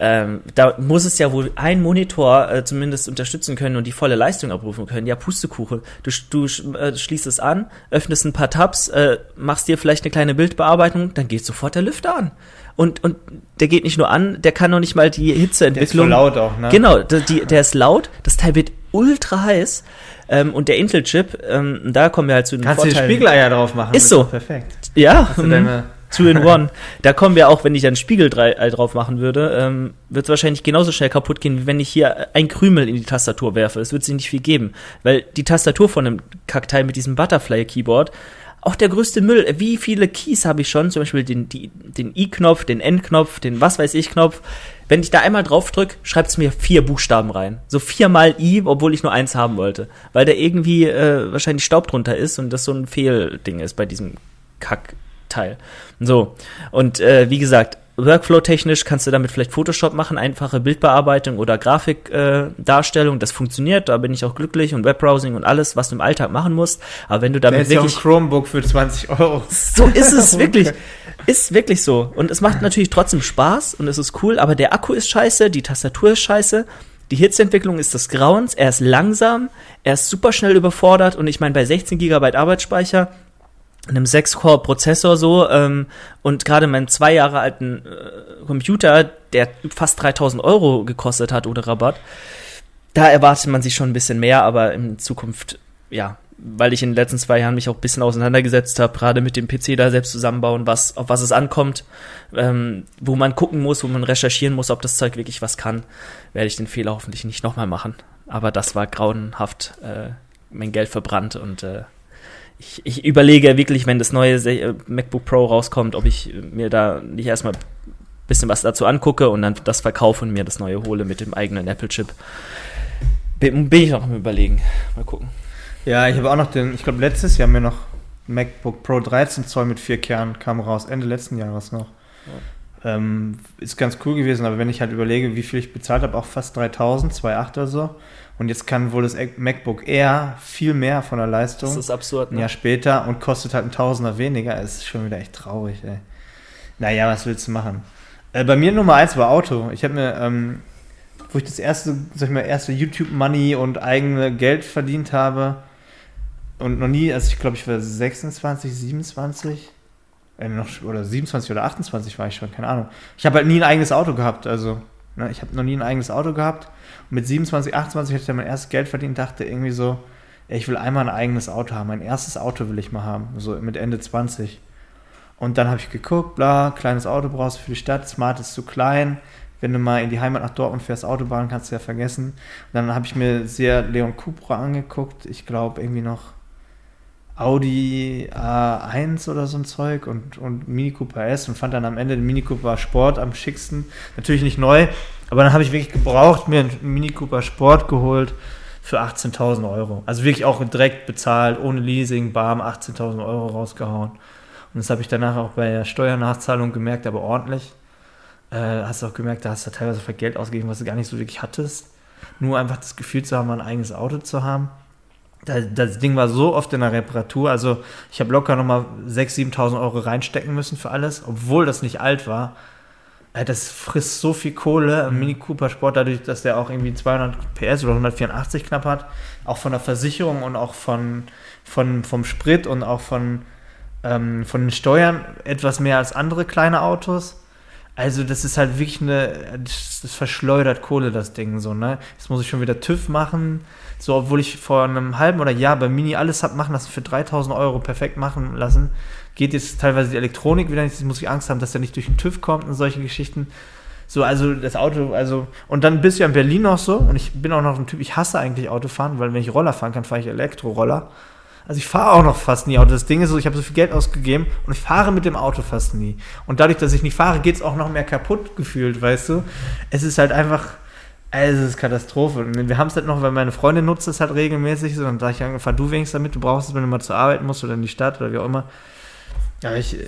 Da muss es ja wohl ein Monitor zumindest unterstützen können und die volle Leistung abrufen können. Ja, Pustekuchen. Du schließt es an, öffnest ein paar Tabs, machst dir vielleicht eine kleine Bildbearbeitung, dann geht sofort der Lüfter an. Und der geht nicht nur an, der kann noch nicht mal die Hitzeentwicklung... Der ist voll laut auch, ne? Genau, der ist laut, das Teil wird ultra heiß. Und der Intel-Chip, da kommen wir halt zu den Vorteilen. Kannst du die Spiegeleier drauf machen? Ist so. Perfekt. Ja, 2-in-1. Da kommen wir auch, wenn ich dann Spiegel drauf machen würde, wird es wahrscheinlich genauso schnell kaputt gehen, wie wenn ich hier ein Krümel in die Tastatur werfe. Es wird sich nicht viel geben. Weil die Tastatur von dem Kackteil mit diesem Butterfly-Keyboard, auch der größte Müll. Wie viele Keys habe ich schon? Zum Beispiel den I-Knopf, den N-Knopf, den Was-weiß-ich-Knopf. Wenn ich da einmal drauf drücke, schreibt es mir 4 Buchstaben rein. So 4-mal I, obwohl ich nur 1 haben wollte. Weil da irgendwie wahrscheinlich Staub drunter ist und das so ein Fehlding ist bei diesem Kackteil. So, und wie gesagt, Workflow-technisch kannst du damit vielleicht Photoshop machen, einfache Bildbearbeitung oder Grafikdarstellung, das funktioniert, da bin ich auch glücklich, und Webbrowsing und alles, was du im Alltag machen musst, aber wenn du damit wirklich... Ja ein Chromebook für 20 Euro. So ist es wirklich, ist wirklich so, und es macht natürlich trotzdem Spaß und es ist cool, aber der Akku ist scheiße, die Tastatur ist scheiße, die Hitzeentwicklung ist des Grauens, er ist langsam, er ist super schnell überfordert, und ich meine, bei 16 GB Arbeitsspeicher, einem 6-Core-Prozessor so, und gerade meinem 2 Jahre alten Computer, der fast 3.000 Euro gekostet hat ohne Rabatt, da erwartet man sich schon ein bisschen mehr, aber in Zukunft, ja, weil ich in den letzten 2 Jahren mich auch ein bisschen auseinandergesetzt habe, gerade mit dem PC da selbst zusammenbauen, auf was es ankommt, wo man gucken muss, wo man recherchieren muss, ob das Zeug wirklich was kann, werde ich den Fehler hoffentlich nicht nochmal machen. Aber das war grauenhaft, mein Geld verbrannt, und ich überlege wirklich, wenn das neue MacBook Pro rauskommt, ob ich mir da nicht erstmal ein bisschen was dazu angucke und dann das verkaufe und mir das neue hole mit dem eigenen Apple-Chip. Bin ich noch am Überlegen. Mal gucken. Ja, ich habe auch noch ich glaube letztes Jahr mir noch MacBook Pro 13 Zoll mit 4 Kernen kam raus, Ende letzten Jahres noch. Ja. Ist ganz cool gewesen, aber wenn ich halt überlege, wie viel ich bezahlt habe, auch fast 3.000, 2,8 oder so. Und jetzt kann wohl das MacBook Air viel mehr von der Leistung. Das ist absurd, ne? Ein Jahr später und kostet halt ein Tausender weniger. Es ist schon wieder echt traurig, ey. Naja, was willst du machen? Bei mir Nummer 1 war Auto. Ich habe mir, wo ich das erste YouTube-Money und eigene Geld verdient habe und noch nie, also ich glaube, ich war 26, 27, oder 27 oder 28 war ich schon, keine Ahnung. Ich habe halt nie ein eigenes Auto gehabt, also ich habe noch nie ein eigenes Auto gehabt. Und mit 27, 28 hatte ich dann mein erstes Geld verdient, dachte irgendwie so, ich will einmal ein eigenes Auto haben, mein erstes Auto will ich mal haben, so mit Ende 20. Und dann habe ich geguckt, bla, kleines Auto brauchst du für die Stadt, Smart ist zu klein. Wenn du mal in die Heimat nach Dortmund fährst, Autobahn, kannst du ja vergessen. Und dann habe ich mir sehr Leon Cupra angeguckt. Ich glaube irgendwie noch Audi A1 oder so ein Zeug und Mini Cooper S und fand dann am Ende den Mini Cooper Sport am schicksten. Natürlich nicht neu, aber dann habe ich wirklich gebraucht, mir einen Mini Cooper Sport geholt für 18.000 Euro. Also wirklich auch direkt bezahlt, ohne Leasing, bam, 18.000 Euro rausgehauen. Und das habe ich danach auch bei der Steuernachzahlung gemerkt, aber ordentlich. Hast du auch gemerkt, da hast du teilweise für Geld ausgegeben, was du gar nicht so wirklich hattest. Nur einfach das Gefühl zu haben, ein eigenes Auto zu haben. Das Ding war so oft in der Reparatur, also ich habe locker nochmal 6.000, 7.000 Euro reinstecken müssen für alles, obwohl das nicht alt war. Das frisst so viel Kohle, ein Mini Cooper Sport, dadurch, dass der auch irgendwie 200 PS oder 184 knapp hat, auch von der Versicherung und auch vom Sprit und auch von den Steuern etwas mehr als andere kleine Autos. Also das ist halt wirklich das verschleudert Kohle, das Ding so, ne? Jetzt muss ich schon wieder TÜV machen, so, obwohl ich vor einem halben oder Jahr bei Mini alles habe machen lassen, für 3.000 Euro perfekt machen lassen, geht jetzt teilweise die Elektronik wieder nicht, jetzt muss ich Angst haben, dass der nicht durch den TÜV kommt und solche Geschichten. So, also das Auto, und dann bist du ja in Berlin noch so, und ich bin auch noch ein Typ, ich hasse eigentlich Autofahren, weil wenn ich Roller fahren kann, fahre ich Elektroroller. Also ich fahre auch noch fast nie Auto. Das Ding ist so, ich habe so viel Geld ausgegeben und ich fahre mit dem Auto fast nie. Und dadurch, dass ich nicht fahre, geht es auch noch mehr kaputt gefühlt, weißt du. Es ist halt einfach, es ist Katastrophe. Und wir haben es halt noch, weil meine Freundin nutzt es halt regelmäßig. So, dann sage ich, fahr du wenigstens damit, du brauchst es, wenn du mal zur Arbeit musst oder in die Stadt oder wie auch immer. Ja,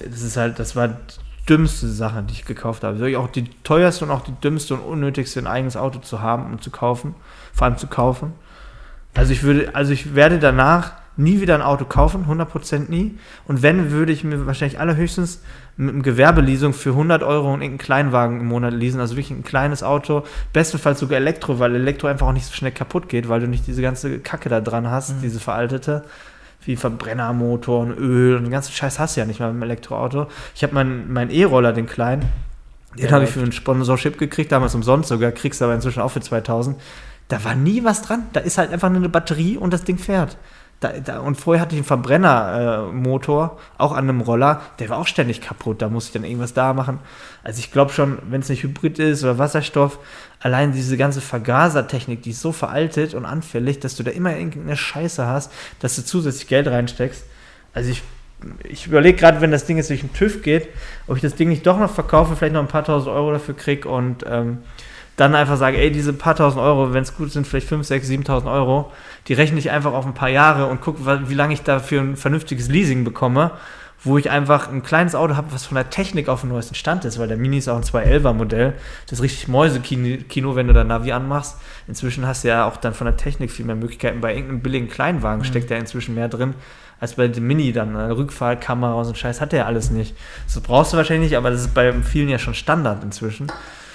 das war die dümmste Sache, die ich gekauft habe. Wirklich auch die teuerste und auch die dümmste und unnötigste, ein eigenes Auto zu haben und zu kaufen. Vor allem zu kaufen. Also ich werde danach nie wieder ein Auto kaufen, 100% nie. Und wenn, würde ich mir wahrscheinlich allerhöchstens mit einem Gewerbeleasing für 100 Euro und irgendeinen Kleinwagen im Monat leasen, also wirklich ein kleines Auto, bestenfalls sogar Elektro, weil Elektro einfach auch nicht so schnell kaputt geht, weil du nicht diese ganze Kacke da dran hast, diese veraltete, wie Verbrennermotor und Öl und den ganzen Scheiß hast du ja nicht mal mit dem Elektroauto. Ich habe meinen E-Roller, den kleinen, den habe ich für einen Sponsorship gekriegt, damals umsonst sogar, kriegst du aber inzwischen auch für 2.000. Da war nie was dran, da ist halt einfach nur eine Batterie und das Ding fährt. Und vorher hatte ich einen Verbrennermotor, auch an einem Roller, der war auch ständig kaputt, da musste ich dann irgendwas da machen. Also ich glaube schon, wenn es nicht Hybrid ist oder Wasserstoff, allein diese ganze Vergasertechnik, die ist so veraltet und anfällig, dass du da immer irgendeine Scheiße hast, dass du zusätzlich Geld reinsteckst. Also ich überlege gerade, wenn das Ding jetzt durch den TÜV geht, ob ich das Ding nicht doch noch verkaufe, vielleicht noch ein paar tausend Euro dafür kriege und dann einfach sage, ey, diese paar tausend Euro, wenn es gut sind, vielleicht 5.000, 6.000, 7.000 Euro, die rechne ich einfach auf ein paar Jahre und gucke, wie lange ich dafür ein vernünftiges Leasing bekomme, wo ich einfach ein kleines Auto habe, was von der Technik auf dem neuesten Stand ist, weil der Mini ist auch ein 211er Modell, das ist richtig Mäusekino, wenn du da Navi anmachst. Inzwischen hast du ja auch dann von der Technik viel mehr Möglichkeiten. Bei irgendeinem billigen Kleinwagen steckt ja inzwischen mehr drin, als bei dem Mini dann. Eine Rückfahrkamera und so ein Scheiß hat der ja alles nicht. Das brauchst du wahrscheinlich nicht, aber das ist bei vielen ja schon Standard inzwischen.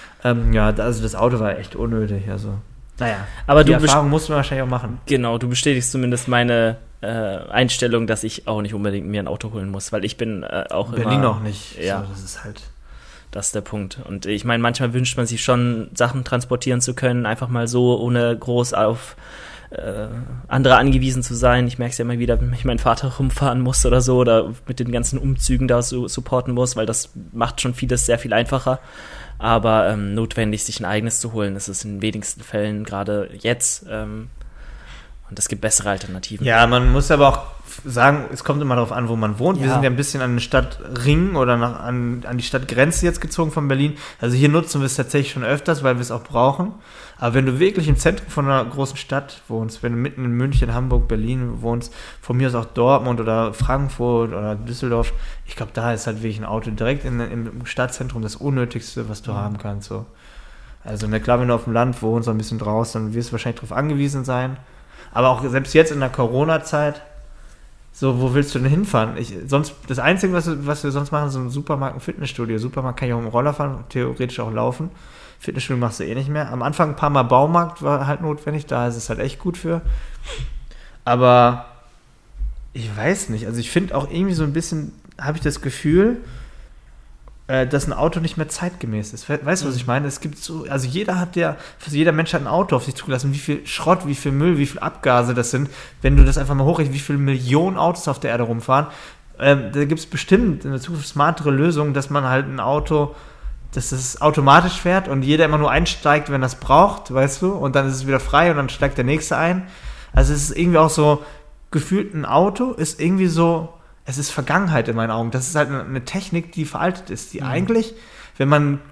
Also das Auto war echt unnötig, also naja, aber die Erfahrung musst du wahrscheinlich auch machen. Genau, du bestätigst zumindest meine Einstellung, dass ich auch nicht unbedingt mir ein Auto holen muss, weil ich bin auch in Berlin auch nicht. Ja, so, das ist halt. Das ist der Punkt. Und ich meine, manchmal wünscht man sich schon, Sachen transportieren zu können, einfach mal so, ohne groß auf andere angewiesen zu sein. Ich merke es ja immer wieder, wenn ich meinen Vater rumfahren muss oder so, oder mit den ganzen Umzügen da so supporten muss, weil das macht schon vieles sehr viel einfacher. Aber notwendig, sich ein eigenes zu holen, ist es in den wenigsten Fällen, gerade jetzt. Und es gibt bessere Alternativen. Ja, man muss aber auch sagen, es kommt immer darauf an, wo man wohnt. Ja. Wir sind ja ein bisschen an den Stadtring oder an die Stadtgrenze jetzt gezogen von Berlin. Also hier nutzen wir es tatsächlich schon öfters, weil wir es auch brauchen. Aber wenn du wirklich im Zentrum von einer großen Stadt wohnst, wenn du mitten in München, Hamburg, Berlin wohnst, von mir aus auch Dortmund oder Frankfurt oder Düsseldorf, ich glaube, da ist halt wirklich ein Auto direkt im Stadtzentrum das Unnötigste, was du haben kannst. So. Also klar, wenn du auf dem Land wohnst, ein bisschen draußen, dann wirst du wahrscheinlich darauf angewiesen sein. Aber auch selbst jetzt in der Corona-Zeit So, wo willst du denn hinfahren? Sonst, das Einzige, was wir sonst machen, ist ein Supermarkt, ein Fitnessstudio. Supermarkt kann ich auch mit dem Roller fahren, theoretisch auch laufen. Fitnessstudio machst du eh nicht mehr. Am Anfang ein paar Mal Baumarkt war halt notwendig, da ist es halt echt gut für. Aber ich weiß nicht, also ich finde auch irgendwie so ein bisschen, habe ich das Gefühl, dass ein Auto nicht mehr zeitgemäß ist. Weißt du, was ich meine? Es gibt so, also jeder Mensch hat ein Auto auf sich zugelassen. Wie viel Schrott, wie viel Müll, wie viel Abgase das sind. Wenn du das einfach mal hochrechnest, wie viele Millionen Autos auf der Erde rumfahren. Da gibt es bestimmt in der Zukunft smartere Lösungen, dass man halt ein Auto, dass es automatisch fährt und jeder immer nur einsteigt, wenn er es braucht, weißt du? Und dann ist es wieder frei und dann steigt der Nächste ein. Also es ist irgendwie auch so, gefühlt ein Auto ist irgendwie so, es ist Vergangenheit in meinen Augen. Das ist halt eine Technik, die veraltet ist, die eigentlich, wenn man,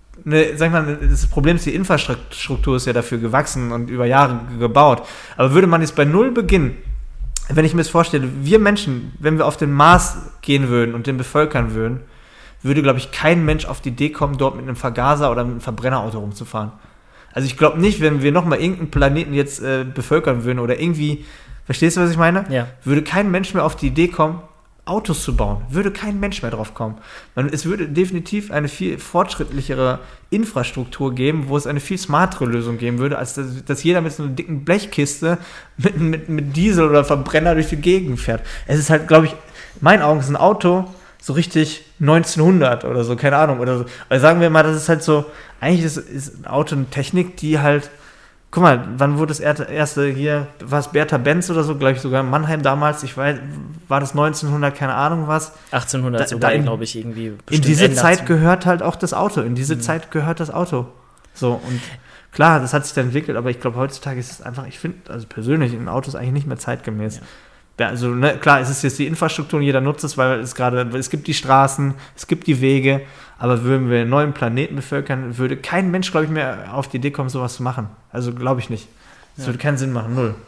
das Problem ist, die Infrastruktur ist ja dafür gewachsen und über Jahre gebaut. Aber würde man jetzt bei Null beginnen, wenn ich mir das vorstelle, wir Menschen, wenn wir auf den Mars gehen würden und den bevölkern würden, würde, glaube ich, kein Mensch auf die Idee kommen, dort mit einem Vergaser oder mit einem Verbrennerauto rumzufahren. Also ich glaube nicht, wenn wir nochmal irgendeinen Planeten jetzt bevölkern würden oder irgendwie, verstehst du, was ich meine? Ja. Würde kein Mensch mehr auf die Idee kommen, Autos zu bauen. Würde kein Mensch mehr drauf kommen. Es würde definitiv eine viel fortschrittlichere Infrastruktur geben, wo es eine viel smartere Lösung geben würde, als dass jeder mit so einer dicken Blechkiste mit Diesel oder Verbrenner durch die Gegend fährt. Es ist halt, glaube ich, in meinen Augen ist ein Auto so richtig 1900 oder so, keine Ahnung. Oder so. Also sagen wir mal, das ist halt so, eigentlich ist ein Auto eine Technik, die halt, guck mal, wann wurde das erste hier, war es Bertha Benz oder so, glaube ich sogar in Mannheim damals, ich weiß, war das 1900, keine Ahnung was. 1800 sogar, glaube ich, irgendwie. In diese Zeit gehört halt auch das Auto, in diese Zeit gehört das Auto. So, und klar, das hat sich dann entwickelt, aber ich glaube, heutzutage ist es einfach, ich finde, also persönlich, ein Auto ist eigentlich nicht mehr zeitgemäß. Ja, also klar, es ist jetzt die Infrastruktur und jeder nutzt es, weil es gibt die Straßen, es gibt die Wege, aber würden wir einen neuen Planeten bevölkern, würde kein Mensch, glaube ich, mehr auf die Idee kommen, sowas zu machen. Also glaube ich nicht. Das würde keinen Sinn machen, null.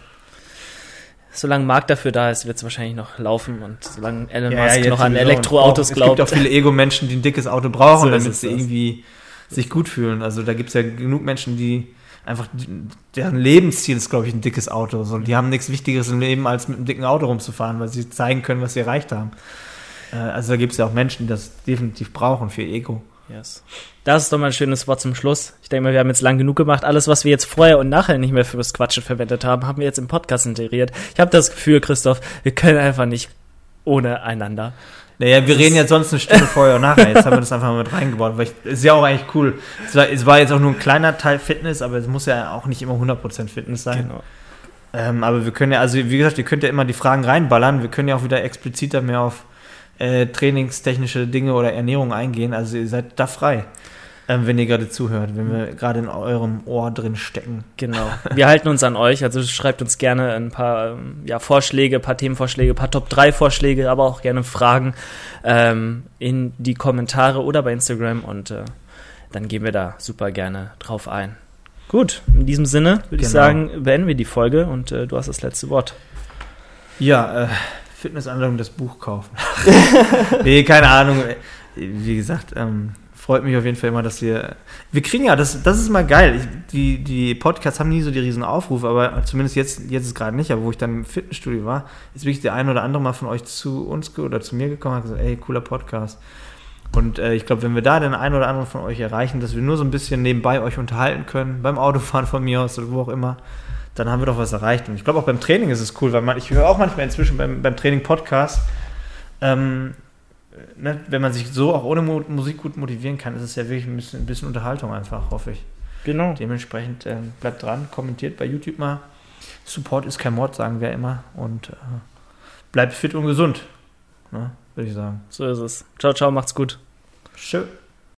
Solange Markt dafür da ist, wird es wahrscheinlich noch laufen und solange Elon Musk noch an Elektroautos glaubt. Es gibt auch viele Ego-Menschen, die ein dickes Auto brauchen, damit sie irgendwie sich gut fühlen. Also da gibt es ja genug Menschen, die einfach, deren Lebensziel ist, glaube ich, ein dickes Auto. So, die haben nichts Wichtigeres im Leben, als mit einem dicken Auto rumzufahren, weil sie zeigen können, was sie erreicht haben. Also da gibt es ja auch Menschen, die das definitiv brauchen für ihr Ego. Yes. Das ist doch mal ein schönes Wort zum Schluss. Ich denke mal, wir haben jetzt lang genug gemacht. Alles, was wir jetzt vorher und nachher nicht mehr fürs Quatschen verwendet haben, haben wir jetzt im Podcast integriert. Ich habe das Gefühl, Christoph, wir können einfach nicht ohne einander. Naja, wir reden jetzt sonst eine Stunde vorher und nachher. Jetzt haben wir das einfach mal mit reingebaut. Weil ist ja auch eigentlich cool. Es war jetzt auch nur ein kleiner Teil Fitness, aber es muss ja auch nicht immer 100% Fitness sein. Genau. Aber wir können ja, also wie gesagt, ihr könnt ja immer die Fragen reinballern. Wir können ja auch wieder expliziter mehr auf trainingstechnische Dinge oder Ernährung eingehen. Also ihr seid da frei, wenn ihr gerade zuhört, wenn wir gerade in eurem Ohr drin stecken. Genau. Wir halten uns an euch. Also schreibt uns gerne ein paar Vorschläge, ein paar Themenvorschläge, ein paar Top-3-Vorschläge, aber auch gerne Fragen in die Kommentare oder bei Instagram und dann gehen wir da super gerne drauf ein. Gut, in diesem Sinne würde ich sagen, beenden wir die Folge und du hast das letzte Wort. Ja, Fitnessanleitung, das Buch kaufen. Nee, keine Ahnung. Wie gesagt, freut mich auf jeden Fall immer, dass wir kriegen ja, das ist mal geil. Die Podcasts haben nie so die riesen Aufrufe, aber zumindest jetzt ist gerade nicht, aber wo ich dann im Fitnessstudio war, ist wirklich der ein oder andere mal von euch zu uns oder zu mir gekommen und hat gesagt, ey, cooler Podcast. Und ich glaube, wenn wir da den einen oder anderen von euch erreichen, dass wir nur so ein bisschen nebenbei euch unterhalten können, beim Autofahren von mir aus oder wo auch immer, dann haben wir doch was erreicht. Und ich glaube, auch beim Training ist es cool, weil ich höre auch manchmal inzwischen beim Training Podcast, wenn man sich so auch ohne Musik gut motivieren kann, ist es ja wirklich ein bisschen Unterhaltung einfach, hoffe ich. Genau. Dementsprechend bleibt dran, kommentiert bei YouTube mal. Support ist kein Mord, sagen wir immer. Und bleibt fit und gesund, ne, würde ich sagen. So ist es. Ciao, ciao, macht's gut. Tschö.